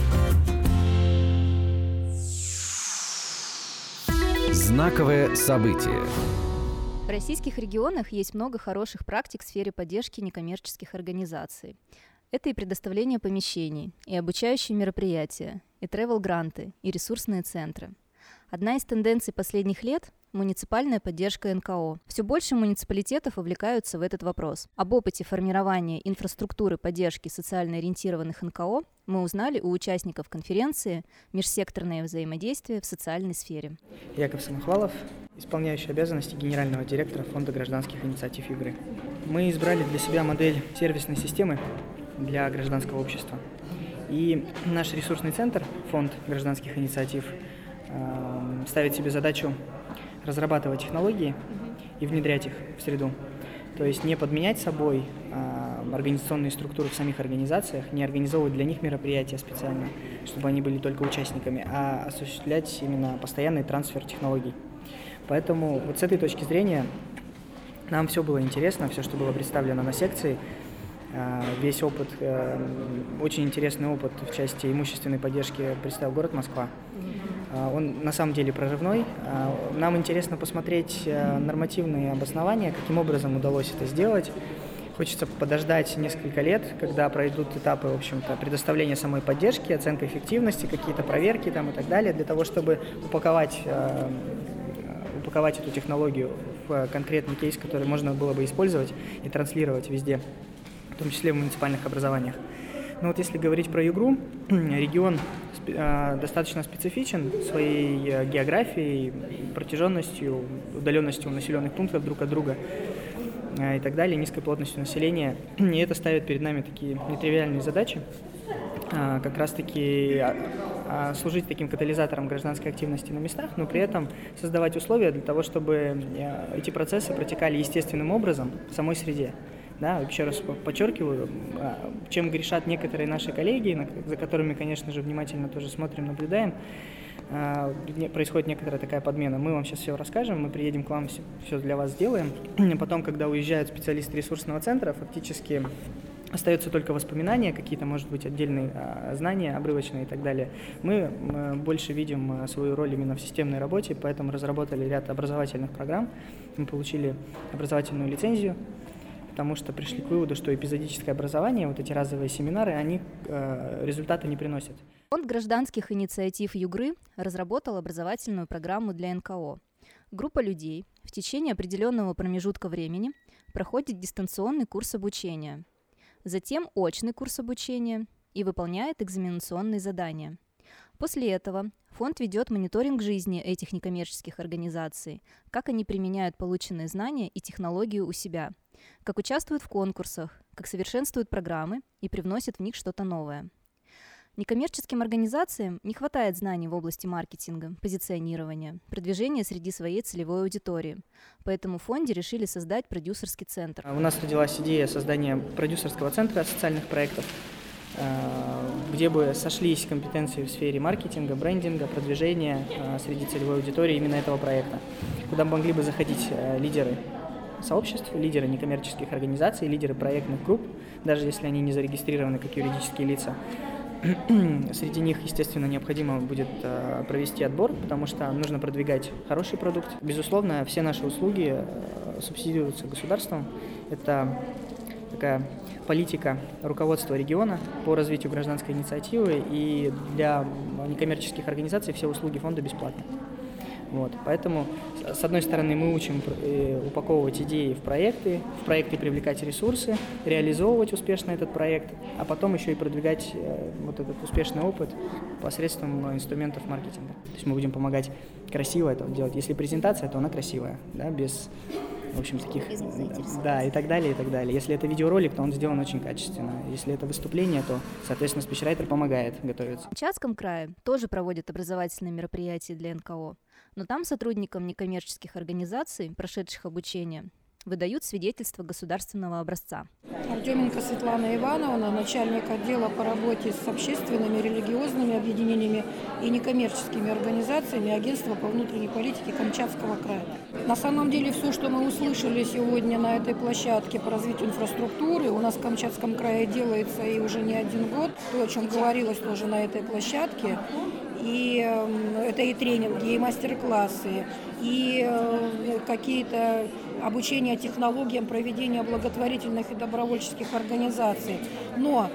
Знаковое событие.
В российских регионах есть много хороших практик в сфере поддержки некоммерческих организаций. Это и предоставление помещений, и обучающие мероприятия, и тревел-гранты, и ресурсные центры. Одна из тенденций последних лет – муниципальная поддержка НКО. Все больше муниципалитетов вовлекаются в этот вопрос. Об опыте формирования инфраструктуры поддержки социально ориентированных НКО мы узнали у участников конференции «Межсекторное взаимодействие в социальной сфере».
Яков Самохвалов, исполняющий обязанности генерального директора Фонда гражданских инициатив Югры. Мы избрали для себя модель сервисной системы для гражданского общества. И наш ресурсный центр, фонд гражданских инициатив, ставит себе задачу разрабатывать технологии и внедрять их в среду. То есть не подменять собой организационные структуры в самих организациях, не организовывать для них мероприятия специально, чтобы они были только участниками, а осуществлять именно постоянный трансфер технологий. Поэтому вот с этой точки зрения нам все было интересно, все, что было представлено на секции, весь опыт, очень интересный опыт в части имущественной поддержки представил город Москва. Он на самом деле прорывной. Нам интересно посмотреть нормативные обоснования, каким образом удалось это сделать. Хочется подождать несколько лет, когда пройдут этапы, в общем-то, предоставления самой поддержки, оценка эффективности, какие-то проверки там и так далее, для того, чтобы упаковать эту технологию в конкретный кейс, который можно было бы использовать и транслировать везде, в том числе в муниципальных образованиях. Но вот если говорить про Югру, регион достаточно специфичен своей географией, протяженностью, удаленностью населенных пунктов друг от друга и так далее, низкой плотностью населения. И это ставит перед нами такие нетривиальные задачи, как раз-таки служить таким катализатором гражданской активности на местах, но при этом создавать условия для того, чтобы эти процессы протекали естественным образом в самой среде. Да, еще раз подчеркиваю, чем грешат некоторые наши коллеги, за которыми, конечно же, внимательно тоже смотрим, наблюдаем, происходит некоторая такая подмена. Мы вам сейчас все расскажем, мы приедем к вам, все для вас сделаем. Потом, когда уезжают специалисты ресурсного центра, фактически остаются только воспоминания, какие-то, может быть, отдельные знания, обрывочные и так далее. Мы больше видим свою роль именно в системной работе, поэтому разработали ряд образовательных программ. Мы получили образовательную лицензию, потому что пришли к выводу, что эпизодическое образование, вот эти разовые семинары, они результата не приносят.
Фонд гражданских инициатив Югры разработал образовательную программу для НКО. Группа людей в течение определенного промежутка времени проходит дистанционный курс обучения, затем очный курс обучения и выполняет экзаменационные задания. После этого фонд ведет мониторинг жизни этих некоммерческих организаций, как они применяют полученные знания и технологии у себя, как участвуют в конкурсах, как совершенствуют программы и привносят в них что-то новое. Некоммерческим организациям не хватает знаний в области маркетинга, позиционирования, продвижения среди своей целевой аудитории. Поэтому в фонде решили создать продюсерский центр.
У нас родилась идея создания продюсерского центра социальных проектов, где бы сошлись компетенции в сфере маркетинга, брендинга, продвижения среди целевой аудитории именно этого проекта, куда могли бы заходить лидеры сообществ, лидеры некоммерческих организаций, лидеры проектных групп, даже если они не зарегистрированы как юридические лица. Среди них, естественно, необходимо будет провести отбор, потому что нужно продвигать хороший продукт. Безусловно, все наши услуги субсидируются государством. Это такая политика руководства региона по развитию гражданской инициативы, и для некоммерческих организаций все услуги фонда бесплатны. Вот. Поэтому, с одной стороны, мы учим упаковывать идеи в проекты привлекать ресурсы, реализовывать успешно этот проект, а потом еще и продвигать вот этот успешный опыт посредством инструментов маркетинга. То есть мы будем помогать красиво это делать. Если презентация, то она красивая, да, без, в общем, таких... Да, и так далее, и так далее. Если это видеоролик, то он сделан очень качественно. Если это выступление, то, соответственно, спичрайтер помогает готовиться.
В Камчатском крае тоже проводят образовательные мероприятия для НКО. Но там сотрудникам некоммерческих организаций, прошедших обучение, выдают свидетельство государственного образца.
Артеменко Светлана Ивановна, начальник отдела по работе с общественными, религиозными объединениями и некоммерческими организациями Агентства по внутренней политике Камчатского края. На самом деле все, что мы услышали сегодня на этой площадке по развитию инфраструктуры, у нас в Камчатском крае делается и уже не один год, то, о чем говорилось тоже на этой площадке. И это и тренинги, и мастер-классы, и какие-то обучения технологиям проведения благотворительных и добровольческих организаций. Но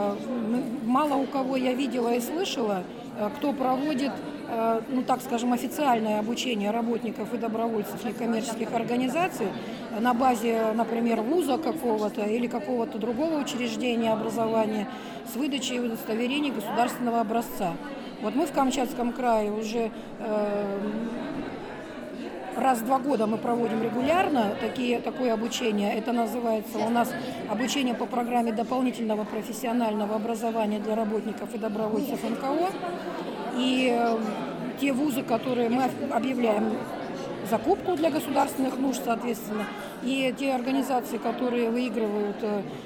мало у кого я видела и слышала, кто проводит, ну так скажем, официальное обучение работников и добровольцев некоммерческих организаций на базе, например, вуза какого-то или какого-то другого учреждения образования с выдачей удостоверений государственного образца. Вот мы в Камчатском крае уже раз в 2 года мы проводим регулярно такое обучение. Это называется у нас обучение по программе дополнительного профессионального образования для работников и добровольцев НКО. И те вузы, которые мы объявляем закупку для государственных нужд, соответственно, и те организации, которые выигрывают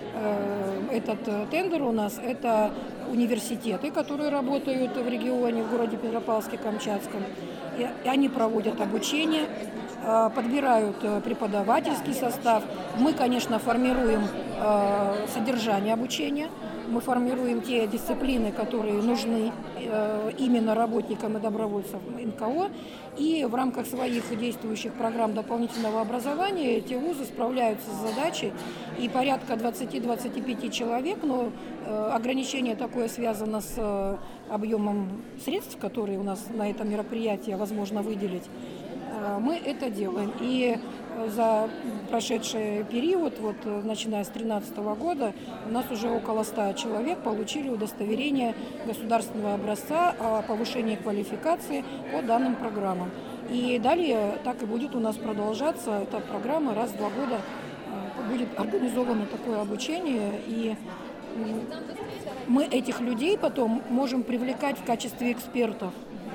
этот тендер у нас, это университеты, которые работают в регионе, в городе Петропавловске-Камчатском. И они проводят обучение, подбирают преподавательский состав. Мы, конечно, формируем содержание обучения. Мы формируем те дисциплины, которые нужны именно работникам и добровольцам НКО. И в рамках своих действующих программ дополнительного образования эти вузы справляются с задачей. И порядка 20-25 человек, но ограничение такое связано с объемом средств, которые у нас на это мероприятие возможно выделить. Мы это делаем. И за прошедший период, начиная с 2013 года, у нас уже около 100 человек получили удостоверение государственного образца о повышении квалификации по данным программам. И далее так и будет у нас продолжаться эта программа. Раз в 2 года будет организовано такое обучение. И мы этих людей потом можем привлекать в качестве экспертов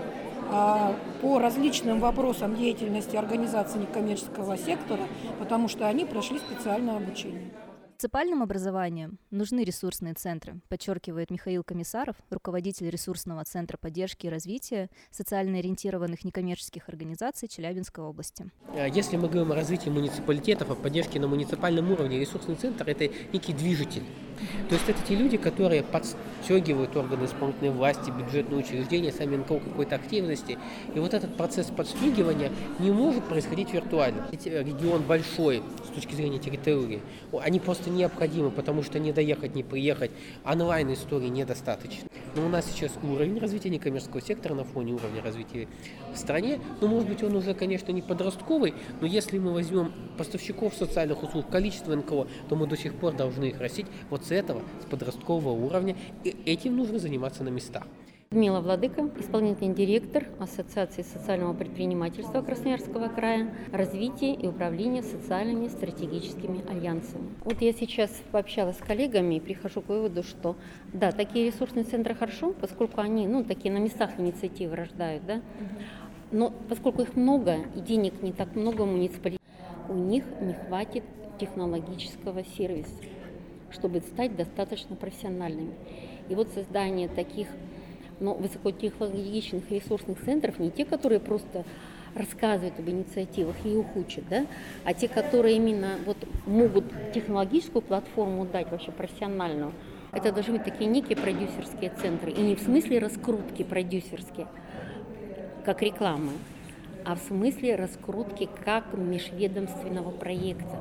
по различным вопросам деятельности организаций некоммерческого сектора, потому что они прошли специальное обучение.
Муниципальным образованием нужны ресурсные центры, подчеркивает Михаил Комиссаров, руководитель ресурсного центра поддержки и развития социально ориентированных некоммерческих организаций Челябинской области.
Если мы говорим о развитии муниципалитетов, о поддержке на муниципальном уровне, ресурсный центр – это некий движитель. То есть это те люди, которые подстегивают органы исполнительной власти, бюджетные учреждения, сами НКО какой-то активности. И вот этот процесс подстегивания не может происходить виртуально. Регион большой с точки зрения территории, они просто необходимы, потому что не доехать, не приехать, онлайн-истории недостаточно. Но у нас сейчас уровень развития некоммерческого сектора на фоне уровня развития в стране, может быть, он уже, конечно, не подростковый, но если мы возьмем поставщиков социальных услуг, количество НКО, то мы до сих пор должны их растить с этого, с подросткового уровня, и этим нужно заниматься на местах.
Людмила Владыка, исполнительный директор Ассоциации социального предпринимательства Красноярского края, развитие и управление социальными стратегическими альянсами. Вот я сейчас пообщалась с коллегами и прихожу к выводу, что да, такие ресурсные центры хорошо, поскольку они, такие на местах инициативы рождают, да, но поскольку их много и денег не так много в муниципалитете, у них не хватит технологического сервиса, чтобы стать достаточно профессиональными. И вот создание таких высокотехнологичных ресурсных центров, не те, которые просто рассказывают об инициативах и их учат, да, а те, которые именно могут технологическую платформу дать, вообще профессиональную. Это должны быть такие некие продюсерские центры. И не в смысле раскрутки продюсерские, как рекламы, а в смысле раскрутки как межведомственного проекта.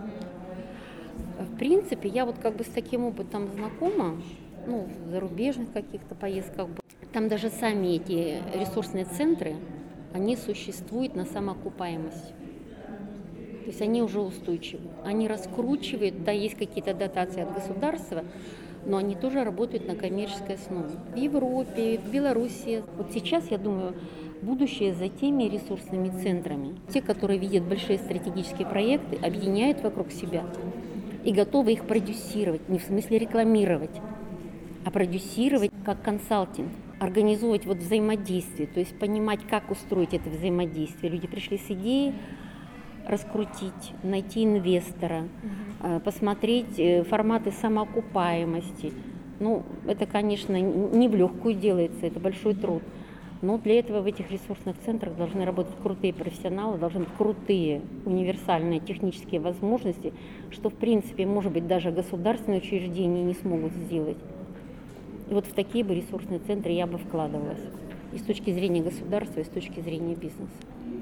В принципе, я с таким опытом знакома, в зарубежных каких-то поездках. Там даже сами эти ресурсные центры, они существуют на самоокупаемости. То есть они уже устойчивы. Они раскручивают, да, есть какие-то дотации от государства, но они тоже работают на коммерческой основе. В Европе, в Беларуси. Вот сейчас, я думаю, будущее за теми ресурсными центрами. Те, которые видят большие стратегические проекты, объединяют вокруг себя и готовы их продюсировать, не в смысле рекламировать, а продюсировать как консалтинг, организовывать взаимодействие, то есть понимать, как устроить это взаимодействие. Люди пришли с идеей раскрутить, найти инвестора, посмотреть форматы самоокупаемости. Это, конечно, не в легкую делается, это большой труд. Но для этого в этих ресурсных центрах должны работать крутые профессионалы, должны быть крутые универсальные технические возможности, что, в принципе, может быть, даже государственные учреждения не смогут сделать. И в такие бы ресурсные центры я бы вкладывалась и с точки зрения государства, и с точки зрения бизнеса.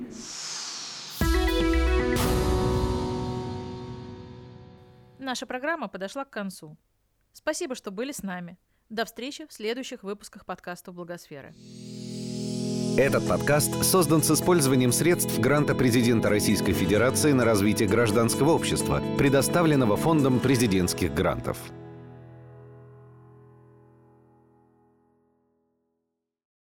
Наша программа подошла к концу. Спасибо, что были с нами. До встречи в следующих выпусках подкаста «Благосферы».
Этот подкаст создан с использованием средств гранта президента Российской Федерации на развитие гражданского общества, предоставленного Фондом президентских грантов.